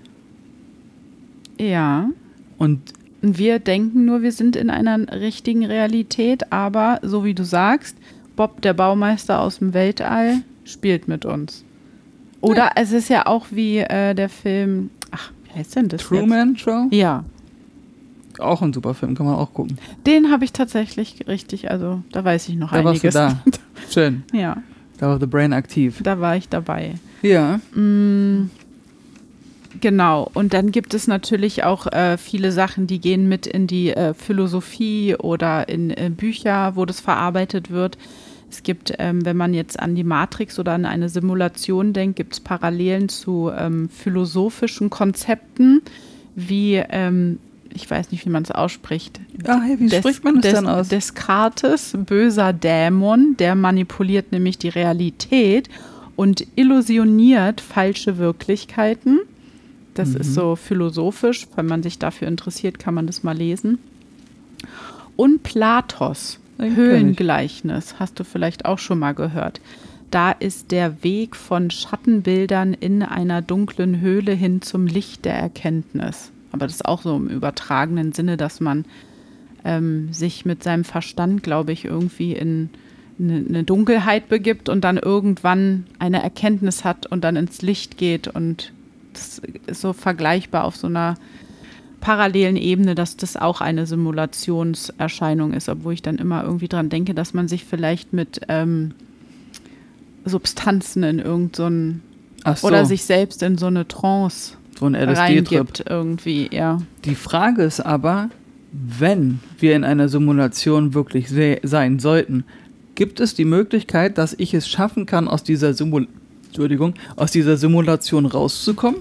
Ja. Und Und wir denken nur, wir sind in einer richtigen Realität, aber so wie du sagst, Bob, der Baumeister aus dem Weltall, spielt mit uns. Oder Ja. es ist ja auch wie äh, der Film, ach, wie heißt denn das Truman Show, jetzt? Ja, auch ein super Film, kann man auch gucken. den habe ich tatsächlich richtig, also da weiß ich noch Da warst einiges. du da. Schön, Ja, da war The Brain aktiv. da war ich dabei. Ja, Mm, Genau, und dann gibt es natürlich auch äh, viele Sachen, die gehen mit in die äh, Philosophie oder in äh, Bücher, wo das verarbeitet wird. Es gibt, ähm, wenn man jetzt an die Matrix oder an eine Simulation denkt, gibt es Parallelen zu ähm, philosophischen Konzepten, wie, ähm, ich weiß nicht, wie man es ausspricht. ah, hey, wie Des- spricht man das Des- dann aus? Descartes, böser Dämon, der manipuliert nämlich die Realität und illusioniert falsche Wirklichkeiten. Das Mhm. ist so philosophisch. Wenn man sich dafür interessiert, kann man das mal lesen. Und Platos, Den kenn ich. Höhlengleichnis, hast du vielleicht auch schon mal gehört. Da ist der Weg von Schattenbildern in einer dunklen Höhle hin zum Licht der Erkenntnis. Aber das ist auch so im übertragenen Sinne, dass man ähm, sich mit seinem Verstand, glaube ich, irgendwie in eine, eine Dunkelheit begibt und dann irgendwann eine Erkenntnis hat und dann ins Licht geht. Und das ist so vergleichbar auf so einer parallelen Ebene, dass das auch eine Simulationserscheinung ist, obwohl ich dann immer irgendwie dran denke, dass man sich vielleicht mit ähm, Substanzen in irgend so ein Ach so, oder sich selbst in so eine Trance so ein L S D-Trip. reingibt irgendwie, ja. Die Frage ist aber, wenn wir in einer Simulation wirklich se- sein sollten, gibt es die Möglichkeit, dass ich es schaffen kann, aus dieser Simul Entschuldigung, aus dieser Simulation rauszukommen?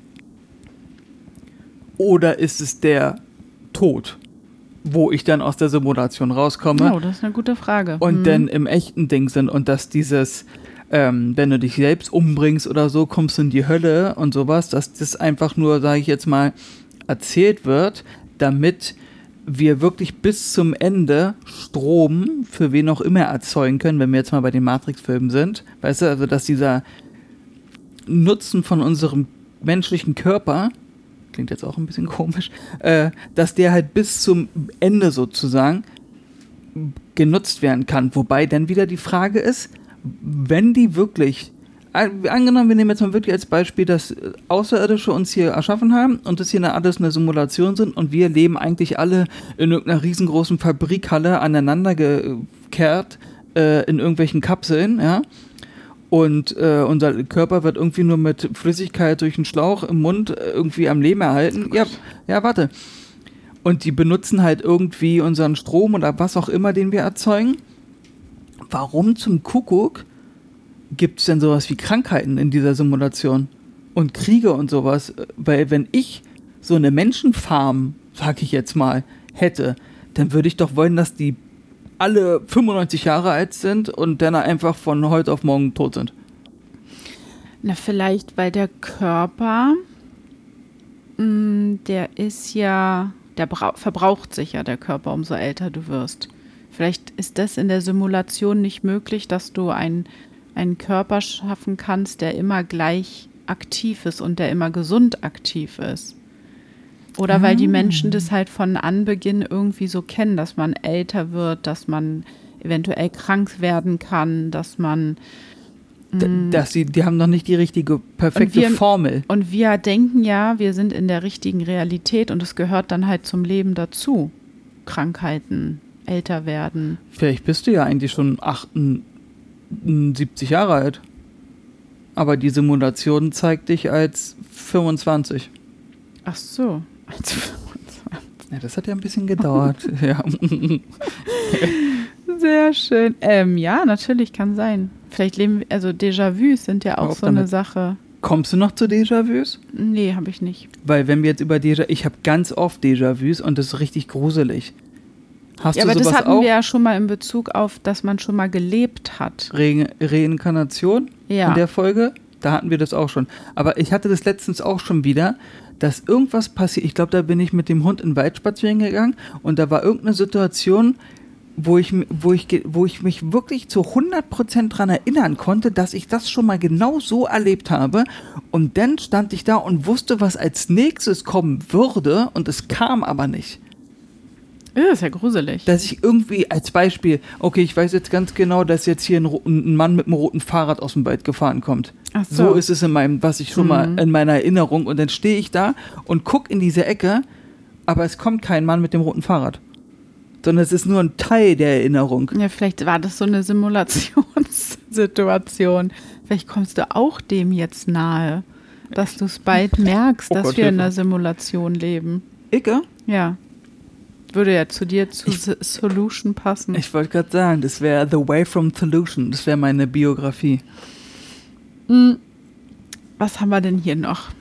Oder ist es der Tod, wo ich dann aus der Simulation rauskomme Oh, das ist eine gute Frage. und Hm. dann im echten Ding sind und dass dieses, ähm, wenn du dich selbst umbringst oder so, kommst du in die Hölle und sowas, dass das einfach nur, sage ich jetzt mal, erzählt wird, damit wir wirklich bis zum Ende Strom für wen auch immer erzeugen können, wenn wir jetzt mal bei den Matrix-Filmen sind. Weißt du, also dass dieser Nutzen von unserem menschlichen Körper, klingt jetzt auch ein bisschen komisch, äh, dass der halt bis zum Ende sozusagen genutzt werden kann. Wobei dann wieder die Frage ist, wenn die wirklich, angenommen, wir nehmen jetzt mal wirklich als Beispiel, dass Außerirdische uns hier erschaffen haben und das hier eine, alles eine Simulation sind und wir leben eigentlich alle in irgendeiner riesengroßen Fabrikhalle aneinander gekehrt, äh, in irgendwelchen Kapseln, ja, und äh, unser Körper wird irgendwie nur mit Flüssigkeit durch einen Schlauch im Mund äh, irgendwie am Leben erhalten. Ja, ja, warte. Und die benutzen halt irgendwie unseren Strom oder was auch immer, den wir erzeugen. Warum zum Kuckuck gibt es denn sowas wie Krankheiten in dieser Simulation und Kriege und sowas? Weil wenn ich so eine Menschenfarm, sag ich jetzt mal, hätte, dann würde ich doch wollen, dass die alle fünfundneunzig Jahre alt sind und dann einfach von heute auf morgen tot sind. Na, vielleicht, weil der Körper, mh, der ist ja, der brau- verbraucht sich ja der Körper, umso älter du wirst. Vielleicht ist das in der Simulation nicht möglich, dass du ein, einen Körper schaffen kannst, der immer gleich aktiv ist und der immer gesund aktiv ist. Oder weil die Menschen das halt von Anbeginn irgendwie so kennen, dass man älter wird, dass man eventuell krank werden kann, dass man D- dass sie, die haben noch nicht die richtige, perfekte Und wir- Formel. Und wir denken ja, wir sind in der richtigen Realität und es gehört dann halt zum Leben dazu. Krankheiten, älter werden. Vielleicht bist du ja eigentlich schon achtundsiebzig Jahre alt. aber die Simulation zeigt dich als fünfundzwanzig. Ach so, als fünfundzwanzig. Ja, das hat ja ein bisschen gedauert. Ja. Sehr schön. Ähm, ja, natürlich, kann sein. Vielleicht leben wir, also Déjà-vus sind ja auch, auch so damit. Eine Sache. Kommst du noch zu Déjà-vus? Nee, habe ich nicht. Weil wenn wir jetzt über Déjà, ich habe ganz oft Déjà-vus und das ist richtig gruselig. Hast ja, du aber sowas das hatten auch? wir ja schon mal in Bezug auf, dass man schon mal gelebt hat. Re- Reinkarnation ja. in der Folge, da hatten wir das auch schon. Aber ich hatte das letztens auch schon wieder, dass irgendwas passiert. Ich glaube, da bin ich mit dem Hund in den Wald spazieren gegangen und da war irgendeine Situation, wo ich, wo ich, wo ich mich wirklich zu hundert Prozent daran erinnern konnte, dass ich das schon mal genau so erlebt habe. Und dann stand ich da und wusste, was als nächstes kommen würde und es kam aber nicht. Das ist ja gruselig. Dass ich irgendwie als Beispiel, okay, ich weiß jetzt ganz genau, dass jetzt hier ein, ein Mann mit einem roten Fahrrad aus dem Wald gefahren kommt. Ach so. So ist es in meinem, was ich schon mhm. mal in meiner Erinnerung. Und dann stehe ich da und gucke in diese Ecke, aber es kommt kein Mann mit dem roten Fahrrad. Sondern es ist nur ein Teil der Erinnerung. Ja, vielleicht war das so eine Simulationssituation. Vielleicht kommst du auch dem jetzt nahe, dass du es bald merkst, oh dass Gott, wir Hilfe. in einer Simulation leben. Icke? Ja. Würde ja zu dir, zu ich, Solution passen. Ich wollte gerade sagen, das wäre The Way from Solution. Das wäre meine Biografie. Was haben wir denn hier noch?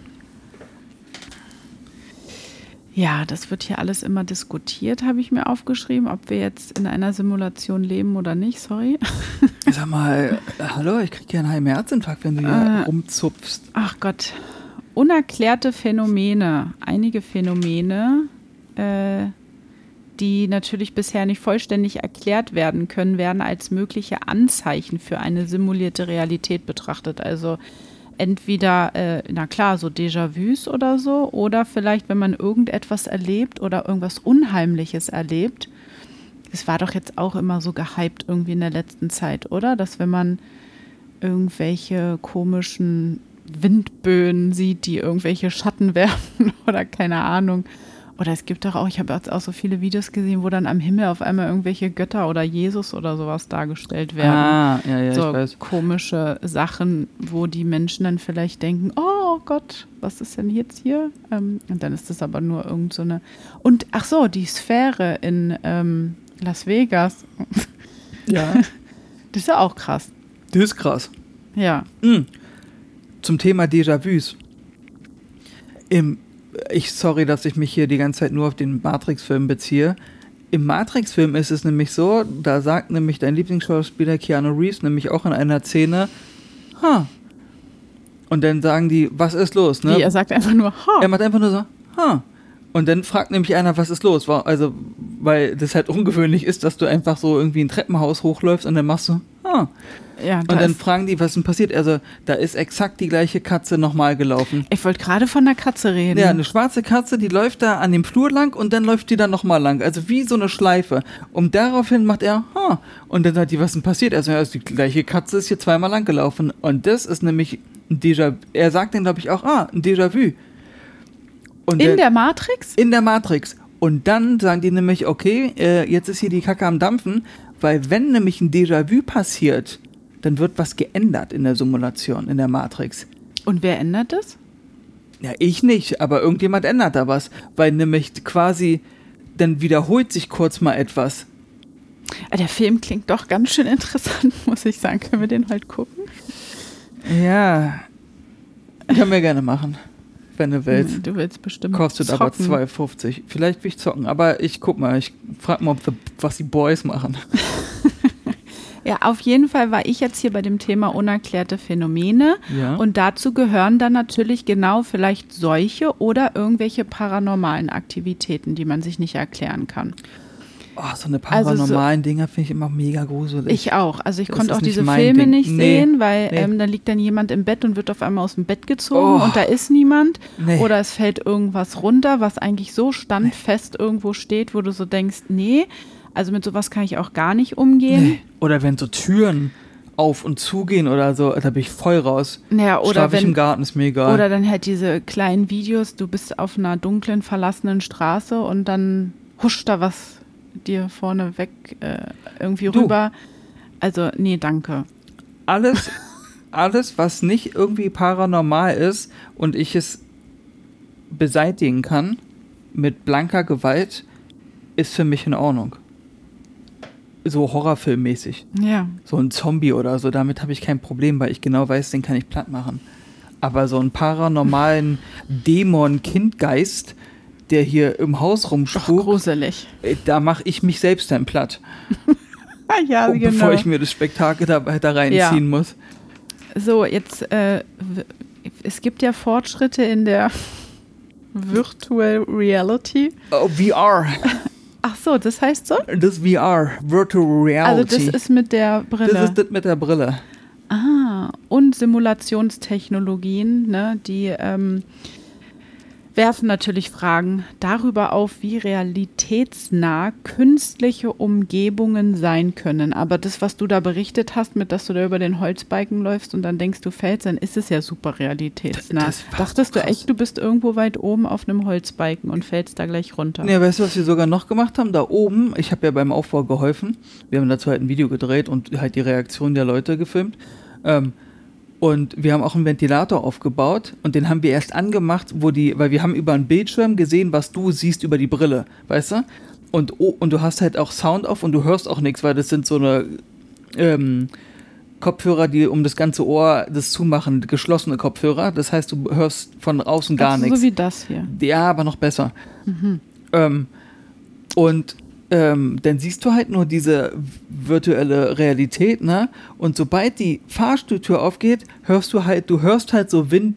Ja, das wird hier alles immer diskutiert, habe ich mir aufgeschrieben, ob wir jetzt in einer Simulation leben oder nicht, sorry. Sag mal, äh, hallo, ich kriege ja einen halben Herzinfarkt, wenn du hier äh, rumzupfst. Ach Gott, unerklärte Phänomene, einige Phänomene, äh, die natürlich bisher nicht vollständig erklärt werden können, werden als mögliche Anzeichen für eine simulierte Realität betrachtet. Also entweder, äh, na klar, so Déjà-vus oder so, oder vielleicht, wenn man irgendetwas erlebt oder irgendwas Unheimliches erlebt. Es war doch jetzt auch immer so gehypt irgendwie in der letzten Zeit, oder? Dass wenn man irgendwelche komischen Windböen sieht, die irgendwelche Schatten werfen oder keine Ahnung. Oder es gibt doch auch, ich habe jetzt auch so viele Videos gesehen, wo dann am Himmel auf einmal irgendwelche Götter oder Jesus oder sowas dargestellt werden. Ah, ja, ja, so ich weiß. Komische Sachen, wo die Menschen dann vielleicht denken, oh Gott, was ist denn jetzt hier? Ähm, und dann ist das aber nur irgend so eine... Und, ach so, die Sphäre in ähm, Las Vegas. Ja. Das ist ja auch krass. Das ist krass. Ja. Mhm. Zum Thema Déjà-vus. Im Ich, sorry, dass ich mich hier die ganze Zeit nur auf den Matrix-Film beziehe. Im Matrix-Film ist es nämlich so, da sagt nämlich dein Lieblingsschauspieler Keanu Reeves nämlich auch in einer Szene, ha. Und dann sagen die, was ist los? Ne? Wie, er sagt einfach nur, ha. Er macht einfach nur so, ha. Und dann fragt nämlich einer, was ist los? Also, weil das halt ungewöhnlich ist, dass du einfach so irgendwie ein Treppenhaus hochläufst und dann machst du, ha. Ja, und dann fragen die, was denn passiert? Also, da ist exakt die gleiche Katze nochmal gelaufen. Ich wollte gerade von der Katze reden. Ja, eine schwarze Katze, die läuft da an dem Flur lang und dann läuft die dann nochmal lang. Also wie so eine Schleife. Und daraufhin macht er, ha. Und dann sagt die, was denn passiert? Also, ja, die gleiche Katze ist hier zweimal lang gelaufen. Und das ist nämlich ein Déjà-vu. Er sagt dann, glaube ich, auch, ah, ein Déjà-vu. Und in dann, der Matrix? In der Matrix. Und dann sagen die nämlich, okay, äh, jetzt ist hier die Kacke am Dampfen, weil wenn nämlich ein Déjà-vu passiert, dann wird was geändert in der Simulation, in der Matrix. Und wer ändert das? Ja, ich nicht, aber irgendjemand ändert da was, weil nämlich quasi, dann wiederholt sich kurz mal etwas. Der Film klingt doch ganz schön interessant, muss ich sagen. Können wir den halt gucken? Ja, können wir gerne machen, wenn du willst. Du willst bestimmt Kostet zocken. Aber zwei fünfzig. Vielleicht will ich zocken, aber ich guck mal, ich frag mal, ob the, was die Boys machen. Ja, auf jeden Fall war ich jetzt hier bei dem Thema unerklärte Phänomene. Ja. Und dazu gehören dann natürlich genau vielleicht solche oder irgendwelche paranormalen Aktivitäten, die man sich nicht erklären kann. Oh, so eine paranormalen also so, Dinger finde ich immer mega gruselig. Ich auch. Also ich das konnte auch diese nicht Filme Ding. nicht nee, sehen, weil nee. ähm, da liegt dann jemand im Bett und wird auf einmal aus dem Bett gezogen oh. und da ist niemand. Nee. Oder es fällt irgendwas runter, was eigentlich so standfest nee. irgendwo steht, wo du so denkst, nee, also mit sowas kann ich auch gar nicht umgehen. Nee. Oder wenn so Türen auf und zugehen oder so, da bin ich voll raus. Ja, oder Schlaf wenn, ich im Garten, ist mir egal. Oder dann halt diese kleinen Videos, du bist auf einer dunklen, verlassenen Straße und dann huscht da was dir vorne weg äh, irgendwie du. rüber. Also, nee, danke. Alles, alles, was nicht irgendwie paranormal ist und ich es beseitigen kann mit blanker Gewalt, ist für mich in Ordnung. So horrorfilmmäßig. Ja. So ein Zombie oder so, damit habe ich kein Problem, weil ich genau weiß, den kann ich platt machen. Aber so einen paranormalen Dämon-Kindgeist, der hier im Haus rumspukt, gruselig. Da mache ich mich selbst dann platt. Ja, oh, genau. Bevor ich mir das Spektakel da, da reinziehen ja. muss. So, jetzt, äh, es gibt ja Fortschritte in der Virtual Reality. Oh, V R. Ach so, das heißt so? Das V R, Virtual Reality. Also das ist mit der Brille. Das ist das mit der Brille. Ah, und Simulationstechnologien, ne, die ähm, werfen natürlich Fragen darüber auf, wie realitätsnah künstliche Umgebungen sein können. Aber das, was du da berichtet hast, mit dass du da über den Holzbalken läufst und dann denkst, du fällst, dann ist es ja super realitätsnah. Das, das Dachtest du echt, du bist irgendwo weit oben auf einem Holzbalken und fällst da gleich runter? Ja, weißt du, was wir sogar noch gemacht haben? Da oben, ich habe ja beim Aufbau geholfen. Wir haben dazu halt ein Video gedreht und halt die Reaktion der Leute gefilmt. Ähm, Und wir haben auch einen Ventilator aufgebaut und den haben wir erst angemacht, wo die, weil wir haben über einen Bildschirm gesehen, was du siehst über die Brille, weißt du? Und, oh, und du hast halt auch Sound auf und du hörst auch nichts, weil das sind so eine ähm, Kopfhörer, die um das ganze Ohr das zumachen, geschlossene Kopfhörer. Das heißt, du hörst von außen gar also nichts. So wie das hier. Ja, aber noch besser. Mhm. Ähm, und Ähm, dann siehst du halt nur diese virtuelle Realität, ne? Und sobald die Fahrstuhltür aufgeht, hörst du halt, du hörst halt so Wind...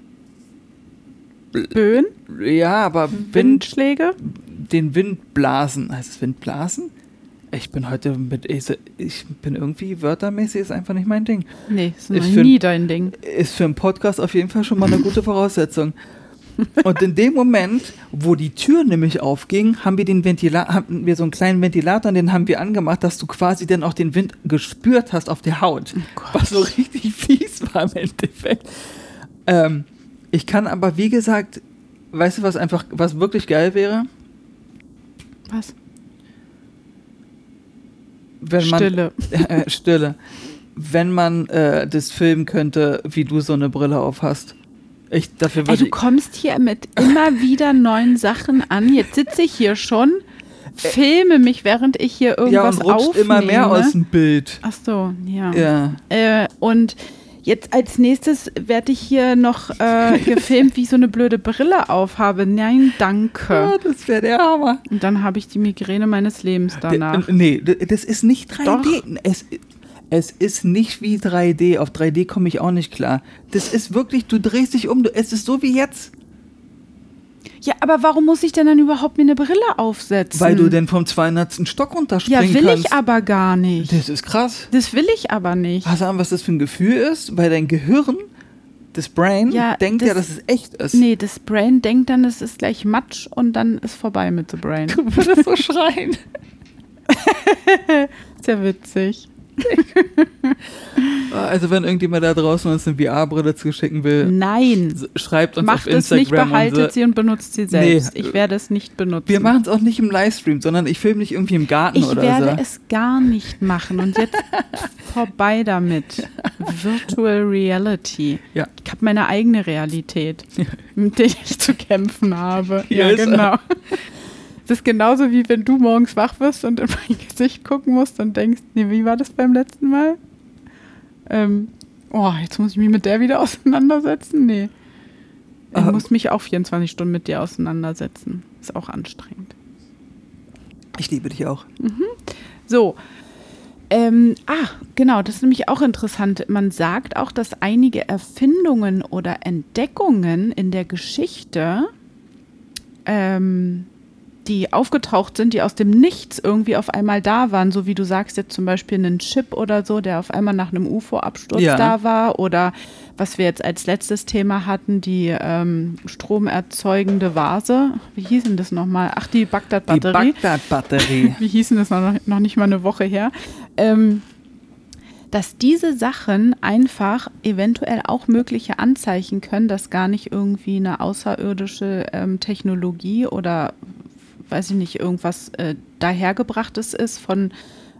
Böen? Ja, aber Wind, Windschläge? Den Wind blasen. Heißt es Windblasen? Ich bin heute mit... Ich bin irgendwie wörtermäßig, ist einfach nicht mein Ding. Nee, ist, ist nie dein Ding. Ist für einen Podcast auf jeden Fall schon mal eine gute Voraussetzung. Und in dem Moment, wo die Tür nämlich aufging, haben wir den Ventila- hatten wir so einen kleinen Ventilator, den haben wir angemacht, dass du quasi dann auch den Wind gespürt hast auf der Haut. Oh was so richtig fies war im Endeffekt. Ähm, ich kann aber, wie gesagt, weißt du, was einfach, was wirklich geil wäre? Was? Wenn man, Stille. Äh, Stille. Wenn man äh, das filmen könnte, wie du so eine Brille auf hast. Ich, dafür Ey, du kommst hier mit immer wieder neuen Sachen an. Jetzt sitze ich hier schon, filme mich, während ich hier irgendwas aufnehme. Ja, und rutscht aufnehme. Immer mehr aus dem Bild. Ach so, ja. ja. Äh, und jetzt als nächstes werde ich hier noch äh, gefilmt, wie ich so eine blöde Brille aufhabe. Nein, danke. Ja, das wäre der Hammer. Und dann habe ich die Migräne meines Lebens danach. D- nee, das ist nicht drei D. Doch. Es Es ist nicht wie drei D. Auf drei D komme ich auch nicht klar. Das ist wirklich, du drehst dich um, du, es ist so wie jetzt. Ja, aber warum muss ich denn dann überhaupt mir eine Brille aufsetzen? Weil du denn vom zweihundertsten Stock runterspringen kannst. Ja, will kannst. ich aber gar nicht. Das ist krass. Das will ich aber nicht. Hast du Ahnung, was das für ein Gefühl ist? Weil dein Gehirn, das Brain, ja, denkt das, ja, dass es echt ist. Nee, das Brain denkt dann, es ist gleich Matsch und dann ist vorbei mit the Brain. Du würdest so schreien. Sehr witzig. Also wenn irgendjemand da draußen uns eine V R-Brille zuschicken will, nein, schreibt uns macht auf Instagram. Macht es nicht, behaltet und sie und benutzt sie selbst. Nee. Ich werde es nicht benutzen. Wir machen es auch nicht im Livestream, sondern ich filme nicht irgendwie im Garten ich oder so. Ich so. werde es gar nicht machen und jetzt vorbei damit. Virtual Reality. Ja. Ich habe meine eigene Realität, mit der ich zu kämpfen habe. Ja, Yes. genau. Das ist genauso wie wenn du morgens wach wirst und in mein Gesicht gucken musst und denkst, nee, wie war das beim letzten Mal? Ähm, oh, jetzt muss ich mich mit der wieder auseinandersetzen? Nee. Ich Uh, muss mich auch vierundzwanzig Stunden mit dir auseinandersetzen. Ist auch anstrengend. Ich liebe dich auch. Mhm. So. Ähm, ah, genau, das ist nämlich auch interessant. Man sagt auch, dass einige Erfindungen oder Entdeckungen in der Geschichte ähm, die aufgetaucht sind, die aus dem Nichts irgendwie auf einmal da waren, so wie du sagst jetzt zum Beispiel einen Chip oder so, der auf einmal nach einem U F O-Absturz ja. da war, oder was wir jetzt als letztes Thema hatten, die ähm, stromerzeugende Vase, wie hieß denn das nochmal? Ach, die Bagdad-Batterie. Die Bagdad-Batterie. Wie hieß denn das noch, noch nicht mal eine Woche her? Ähm, dass diese Sachen einfach eventuell auch mögliche Anzeichen können, dass gar nicht irgendwie eine außerirdische ähm, Technologie oder weiß ich nicht, irgendwas äh, dahergebrachtes ist von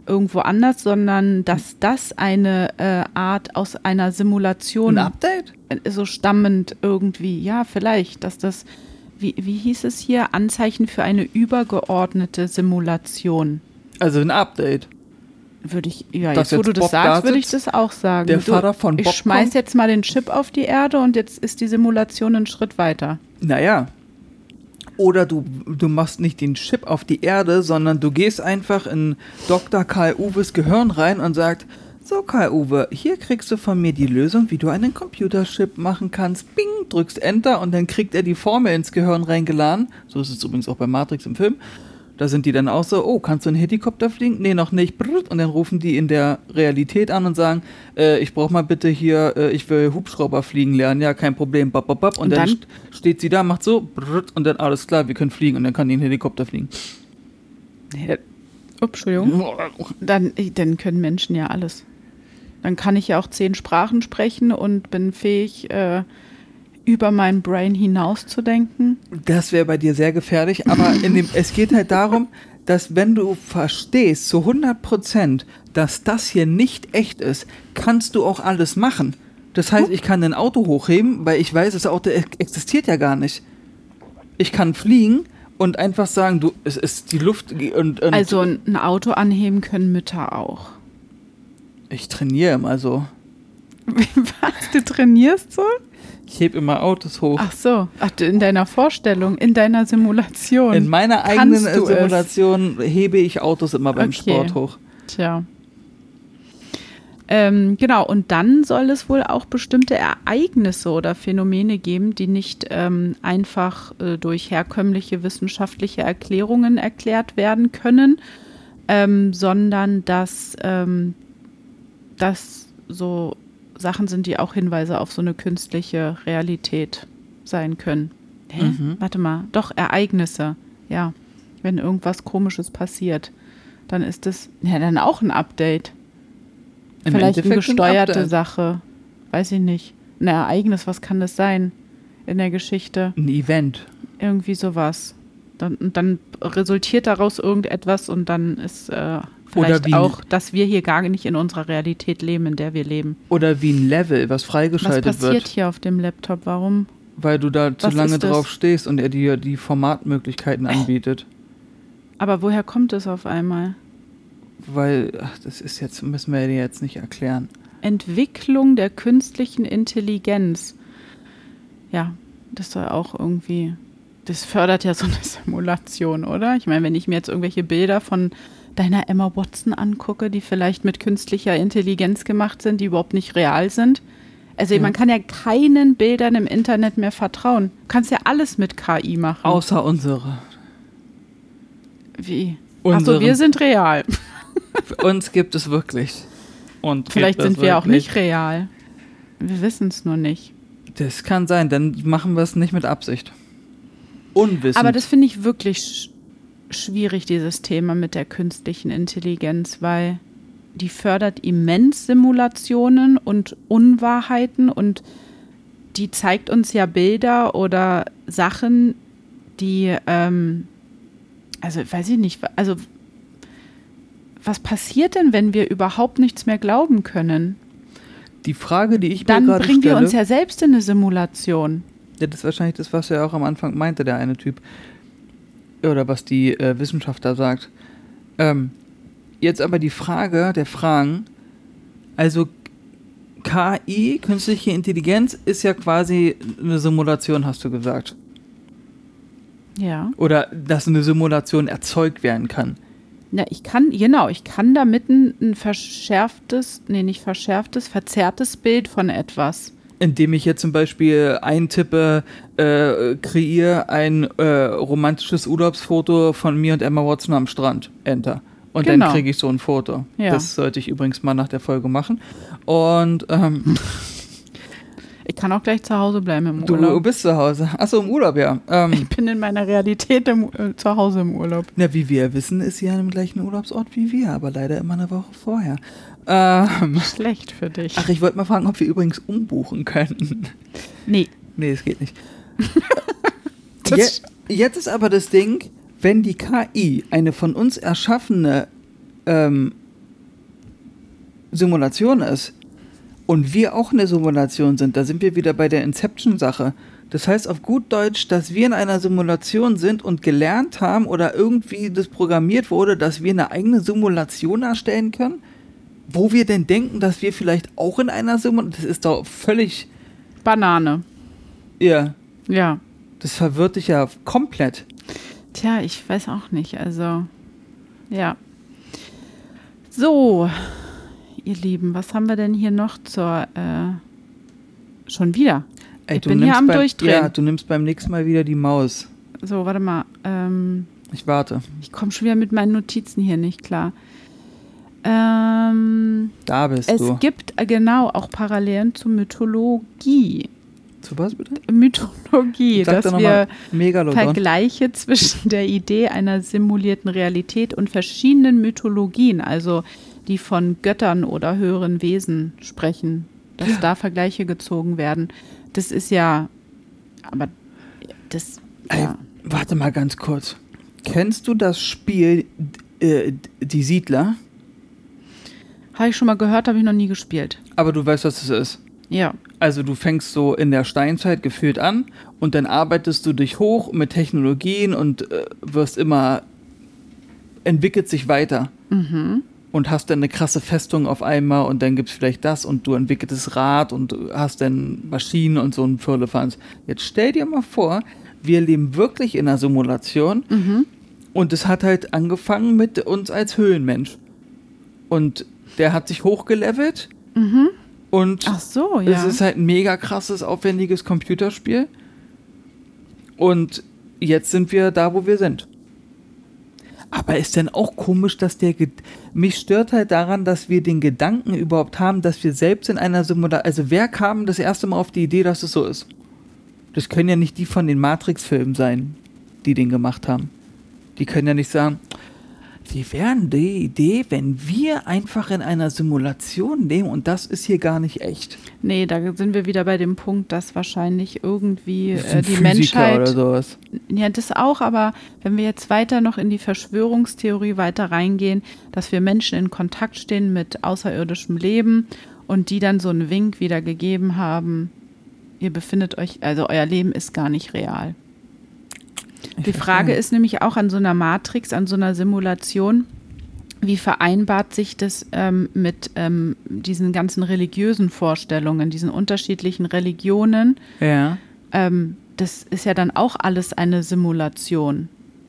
irgendwo anders, sondern dass das eine äh, Art aus einer Simulation Ein Update? so stammend irgendwie, ja, vielleicht, dass das, wie, wie hieß es hier, Anzeichen für eine übergeordnete Simulation. Also ein Update. Würde ich, ja, Dass jetzt wo jetzt du das Bob da sagst, würde ich sitzt, das auch sagen. der Du, Vater von ich Bob schmeiß kommt. jetzt mal den Chip auf die Erde und jetzt ist die Simulation einen Schritt weiter. Naja. Oder du, du machst nicht den Chip auf die Erde, sondern du gehst einfach in Doktor Karl-Uwes Gehirn rein und sagst, so Karl-Uwe, hier kriegst du von mir die Lösung, wie du einen Computerchip machen kannst. Bing, drückst Enter und dann kriegt er die Formel ins Gehirn reingeladen. So ist es übrigens auch bei Matrix im Film. Da sind die dann auch so, oh, kannst du einen Helikopter fliegen? Nee, noch nicht. Und dann rufen die in der Realität an und sagen, äh, ich brauche mal bitte hier, äh, ich will Hubschrauber fliegen lernen. Ja, kein Problem. Bop, bop, bop. Und, und dann, dann st- steht sie da, macht so, und dann alles klar, wir können fliegen. Und dann kann die einen Helikopter fliegen. Nee, oh, Entschuldigung. Dann, dann können Menschen ja alles. Dann kann ich ja auch zehn Sprachen sprechen und bin fähig, äh, über mein Brain hinaus zu denken. Das wäre bei dir sehr gefährlich, aber in dem, es geht halt darum, dass wenn du verstehst zu hundert Prozent, dass das hier nicht echt ist, kannst du auch alles machen. Das heißt, ich kann ein Auto hochheben, weil ich weiß, das Auto existiert ja gar nicht. Ich kann fliegen und einfach sagen, du, es ist die Luft und, und also ein Auto anheben können Mütter auch. Ich trainiere immer so. Was? Du trainierst so? Ich hebe immer Autos hoch. Ach so, ach, in deiner Vorstellung, in deiner Simulation. In meiner eigenen Simulation es? hebe ich Autos immer beim okay. Sport hoch. Tja. Ähm, genau, und dann soll es wohl auch bestimmte Ereignisse oder Phänomene geben, die nicht ähm, einfach äh, durch herkömmliche wissenschaftliche Erklärungen erklärt werden können, ähm, sondern dass ähm, das so Sachen sind, die auch Hinweise auf so eine künstliche Realität sein können. Hä? Mhm. Warte mal, doch, Ereignisse. Ja, wenn irgendwas Komisches passiert, dann ist das ja dann auch ein Update. Im Vielleicht Endeffekt eine gesteuerte ein Sache. Weiß ich nicht. Ein Ereignis, was kann das sein in der Geschichte? Ein Event. Irgendwie sowas. Dann, und dann resultiert daraus irgendetwas und dann ist äh, vielleicht wie auch, dass wir hier gar nicht in unserer Realität leben, in der wir leben. Oder wie ein Level, was freigeschaltet wird. Was passiert wird, hier auf dem Laptop? Warum? Weil du da zu lange drauf stehst und er dir die Formatmöglichkeiten anbietet. Aber woher kommt es auf einmal? Weil, ach, das ist jetzt, müssen wir dir jetzt nicht erklären. Entwicklung der künstlichen Intelligenz. Ja, das soll auch irgendwie, das fördert ja so eine Simulation, oder? Ich meine, wenn ich mir jetzt irgendwelche Bilder von deiner Emma Watson angucke, die vielleicht mit künstlicher Intelligenz gemacht sind, die überhaupt nicht real sind. Also ja. Man kann ja keinen Bildern im Internet mehr vertrauen. Du kannst ja alles mit K I machen. Außer unsere. Wie? Achso, wir sind real. Uns gibt es wirklich. Und vielleicht sind wir wirklich. Auch nicht real. Wir wissen es nur nicht. Das kann sein, dann machen wir es nicht mit Absicht. Unwissend. Aber das finde ich wirklich sch- schwierig, dieses Thema mit der künstlichen Intelligenz, weil die fördert immens Simulationen und Unwahrheiten und die zeigt uns ja Bilder oder Sachen, die, ähm, also weiß ich nicht, also was passiert denn, wenn wir überhaupt nichts mehr glauben können? Die Frage, die ich mir Dann gerade bringen stelle, wir uns ja selbst in eine Simulation. Ja, das ist wahrscheinlich das, was er auch am Anfang meinte, der eine Typ. Oder was die äh, Wissenschaftler sagt. Ähm, jetzt aber die Frage der Fragen. Also K I, künstliche Intelligenz, ist ja quasi eine Simulation, hast du gesagt. Ja. Oder dass eine Simulation erzeugt werden kann. Ja, ich kann, genau, ich kann damit ein, ein verschärftes, nee, nicht verschärftes, verzerrtes Bild von etwas. Indem ich jetzt zum Beispiel eintippe, äh, kreiere ein äh, romantisches Urlaubsfoto von mir und Emma Watson am Strand. Enter. Und genau. Dann kriege ich so ein Foto. Ja. Das sollte ich übrigens mal nach der Folge machen. Und ähm, ich kann auch gleich zu Hause bleiben im Urlaub. Du bist zu Hause. Achso, im Urlaub, ja. Ähm, ich bin in meiner Realität im, äh, zu Hause im Urlaub. Na, wie wir wissen, ist sie ja im gleichen Urlaubsort wie wir, aber leider immer eine Woche vorher. Ähm, Schlecht für dich. Ach, ich wollte mal fragen, ob wir übrigens umbuchen könnten. Nee. Nee, es geht nicht. Je, jetzt ist aber das Ding, wenn die K I eine von uns erschaffene ähm, Simulation ist und wir auch eine Simulation sind, da sind wir wieder bei der Inception-Sache. Das heißt auf gut Deutsch, dass wir in einer Simulation sind und gelernt haben oder irgendwie das programmiert wurde, dass wir eine eigene Simulation erstellen können, wo wir denn denken, dass wir vielleicht auch in einer Simulation, das ist doch völlig... Banane. Ja. Ja. Das verwirrt dich ja komplett. Tja, ich weiß auch nicht, also, ja. So, ihr Lieben, was haben wir denn hier noch zur, äh, schon wieder? Ey, ich bin hier am beim, Durchdrehen. Ja, du nimmst beim nächsten Mal wieder die Maus. So, warte mal. Ähm, ich warte. Ich komme schon wieder mit meinen Notizen hier nicht klar. Ähm, da bist es du. Es gibt äh, genau auch Parallelen zur Mythologie. Zu was bitte? Mythologie, dass da wir Megalodon. Vergleiche zwischen der Idee einer simulierten Realität und verschiedenen Mythologien, also die von Göttern oder höheren Wesen sprechen, dass ja. da Vergleiche gezogen werden. Das ist ja, aber das, Ey, ja. Warte mal ganz kurz. Kennst du das Spiel äh, Die Siedler? Habe ich schon mal gehört, habe ich noch nie gespielt. Aber du weißt, was das ist? Ja. Also du fängst so in der Steinzeit gefühlt an und dann arbeitest du dich hoch mit Technologien und äh, wirst immer, entwickelt sich weiter. Mhm. Und hast dann eine krasse Festung auf einmal und dann gibt es vielleicht das und du entwickelst das Rad und hast dann Maschinen und so ein Firlefanz. Jetzt stell dir mal vor, wir leben wirklich in einer Simulation mhm. und es hat halt angefangen mit uns als Höhlenmensch. Und der hat sich hochgelevelt mhm. und Ach so, ja. es ist halt ein mega krasses, aufwendiges Computerspiel. Und jetzt sind wir da, wo wir sind. Aber ist denn auch komisch, dass der... Ge- Mich stört halt daran, dass wir den Gedanken überhaupt haben, dass wir selbst in einer Simulation... Also wer kam das erste Mal auf die Idee, dass es so ist? Das können ja nicht die von den Matrix-Filmen sein, die den gemacht haben. Die können ja nicht sagen, wie wären die Idee, wenn wir einfach in einer Simulation leben und das ist hier gar nicht echt? Nee, da sind wir wieder bei dem Punkt, dass wahrscheinlich irgendwie äh, die Physiker Menschheit... oder sowas. Ja, das auch, aber wenn wir jetzt weiter noch in die Verschwörungstheorie weiter reingehen, dass wir Menschen in Kontakt stehen mit außerirdischem Leben und die dann so einen Wink wieder gegeben haben, ihr befindet euch, also euer Leben ist gar nicht real. Ich Die Frage verstehe. ist nämlich auch an so einer Matrix, an so einer Simulation, wie vereinbart sich das ähm, mit ähm, diesen ganzen religiösen Vorstellungen, diesen unterschiedlichen Religionen? Ja. Ähm, das ist ja dann auch alles eine Simulation.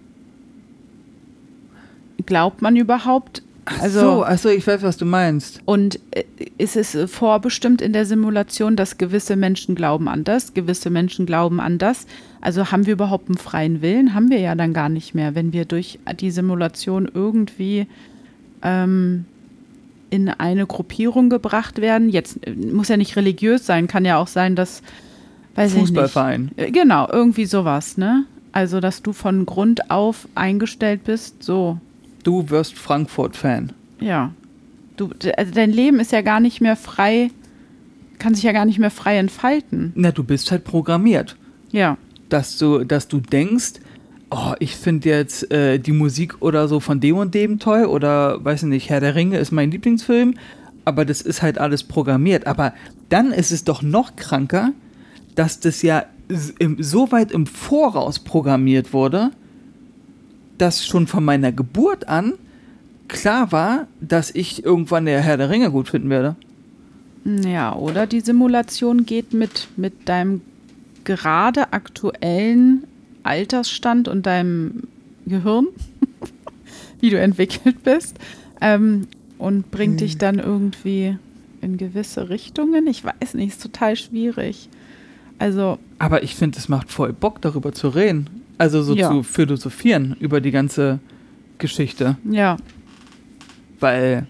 Glaubt man überhaupt? Also, so, also ich weiß, was du meinst. Und äh, ist es äh, vorbestimmt in der Simulation, dass gewisse Menschen glauben an das, gewisse Menschen glauben an das? Also haben wir überhaupt einen freien Willen? Haben wir ja dann gar nicht mehr, wenn wir durch die Simulation irgendwie ähm, in eine Gruppierung gebracht werden. Jetzt äh, muss ja nicht religiös sein, kann ja auch sein, dass, weiß ich nicht. Fußballverein. Äh, genau, irgendwie sowas, ne? Also, dass du von Grund auf eingestellt bist, so. Du wirst Frankfurt-Fan. Ja. Du, also dein Leben ist ja gar nicht mehr frei, kann sich ja gar nicht mehr frei entfalten. Na, du bist halt programmiert. Ja. Dass du, dass du denkst, oh, ich finde jetzt äh, die Musik oder so von dem und dem toll oder, weiß ich nicht, Herr der Ringe ist mein Lieblingsfilm, aber das ist halt alles programmiert. Aber dann ist es doch noch kranker, dass das ja im, so weit im Voraus programmiert wurde, dass schon von meiner Geburt an klar war, dass ich irgendwann der Herr der Ringe gut finden werde. Ja, oder die Simulation geht mit, mit deinem gerade aktuellen Altersstand und deinem Gehirn, wie du entwickelt bist, ähm, und bringt hm. dich dann irgendwie in gewisse Richtungen. Ich weiß nicht, ist total schwierig. Also. Aber ich finde, es macht voll Bock, darüber zu reden. Also so ja. zu philosophieren über die ganze Geschichte. Ja. Weil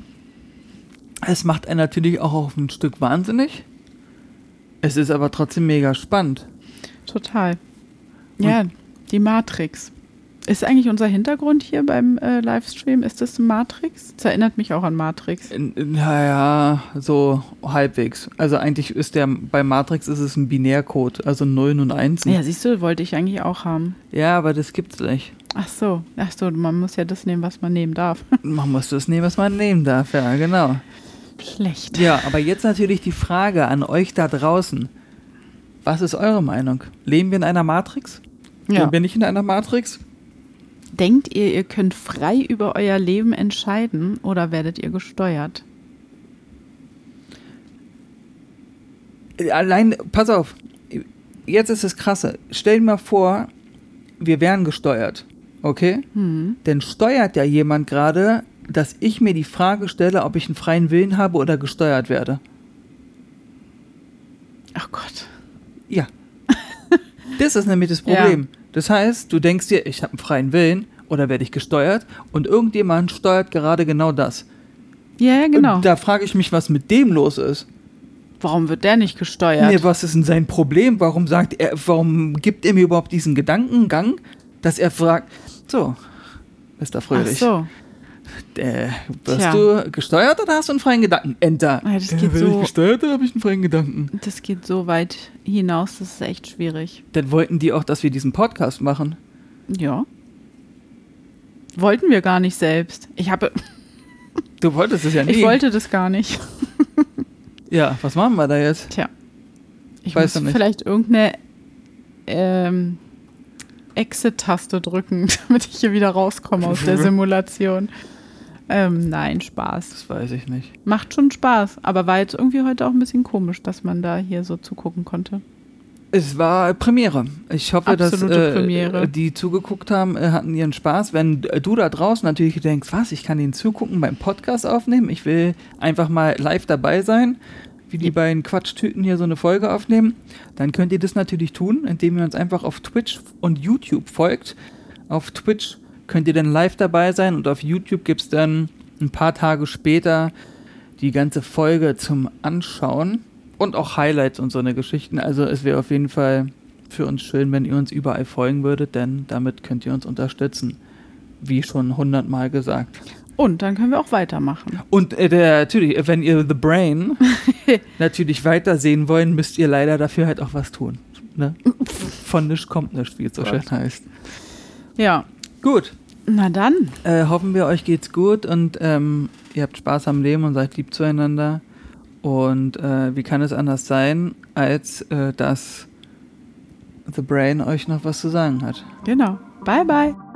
es macht einen natürlich auch auf ein Stück wahnsinnig. Es ist aber trotzdem mega spannend. Total. Ja, und die Matrix. Ist eigentlich unser Hintergrund hier beim äh, Livestream, ist das Matrix? Das erinnert mich auch an Matrix. Naja, so halbwegs. Also eigentlich ist der, bei Matrix ist es ein Binärcode, also Nullen und Einsen. Ja, siehst du, wollte ich eigentlich auch haben. Ja, aber das gibt's nicht. Ach so, ach so, man muss ja das nehmen, was man nehmen darf. Man muss das nehmen, was man nehmen darf, ja, genau. Schlecht. Ja, aber jetzt natürlich die Frage an euch da draußen. Was ist eure Meinung? Leben wir in einer Matrix? Ja. Leben wir nicht in einer Matrix? Denkt ihr, ihr könnt frei über euer Leben entscheiden oder werdet ihr gesteuert? Allein, pass auf, jetzt ist es krasse. Stell dir mal vor, wir wären gesteuert, okay? Hm. Denn steuert ja jemand gerade, dass ich mir die Frage stelle, ob ich einen freien Willen habe oder gesteuert werde. Ach Gott. Ja. Das ist nämlich das Problem. Ja. Das heißt, du denkst dir, ich habe einen freien Willen oder werde ich gesteuert und irgendjemand steuert gerade genau das. Ja, ja, genau. Und da frage ich mich, was mit dem los ist. Warum wird der nicht gesteuert? Nee, was ist denn sein Problem? Warum sagt er, warum gibt er mir überhaupt diesen Gedankengang, dass er fragt, so, Mister Fröhlich, ach so. Äh, wirst Tja. du gesteuert oder hast du einen freien Gedanken? Enter. Ja, das geht äh, so, ich gesteuert oder habe ich einen freien Gedanken? Das geht so weit hinaus, das ist echt schwierig. Dann wollten die auch, dass wir diesen Podcast machen. Ja. Wollten wir gar nicht selbst. Ich habe... Du wolltest es ja nicht. Ich wollte das gar nicht. Ja, was machen wir da jetzt? Tja. Ich Weiß muss vielleicht irgendeine ähm, Exit-Taste drücken, damit ich hier wieder rauskomme aus der Simulation. Ähm, nein, Spaß. Das weiß ich nicht. Macht schon Spaß, aber war jetzt irgendwie heute auch ein bisschen komisch, dass man da hier so zugucken konnte. Es war Premiere. Ich hoffe, Absolute dass äh, Premiere. die zugeguckt haben, äh, hatten ihren Spaß. Wenn du da draußen natürlich denkst, was, ich kann den zugucken, beim Podcast aufnehmen, ich will einfach mal live dabei sein, wie die beiden Quatschtüten hier so eine Folge aufnehmen, dann könnt ihr das natürlich tun, indem ihr uns einfach auf Twitch und YouTube folgt. Auf Twitch könnt ihr dann live dabei sein und auf YouTube gibt es dann ein paar Tage später die ganze Folge zum Anschauen. Und auch Highlights und so eine Geschichten. Also es wäre auf jeden Fall für uns schön, wenn ihr uns überall folgen würdet, denn damit könnt ihr uns unterstützen. Wie schon hundertmal gesagt. Und dann können wir auch weitermachen. Und äh, der, natürlich, wenn ihr The Brain natürlich weitersehen wollen, müsst ihr leider dafür halt auch was tun. Ne? Von nichts kommt nichts, wie es so schön heißt. Ja. Gut. Na dann. Äh, hoffen wir, euch geht's gut und ähm, ihr habt Spaß am Leben und seid lieb zueinander. Und äh, wie kann es anders sein, als äh, dass The Brain euch noch was zu sagen hat? Genau. Bye, bye.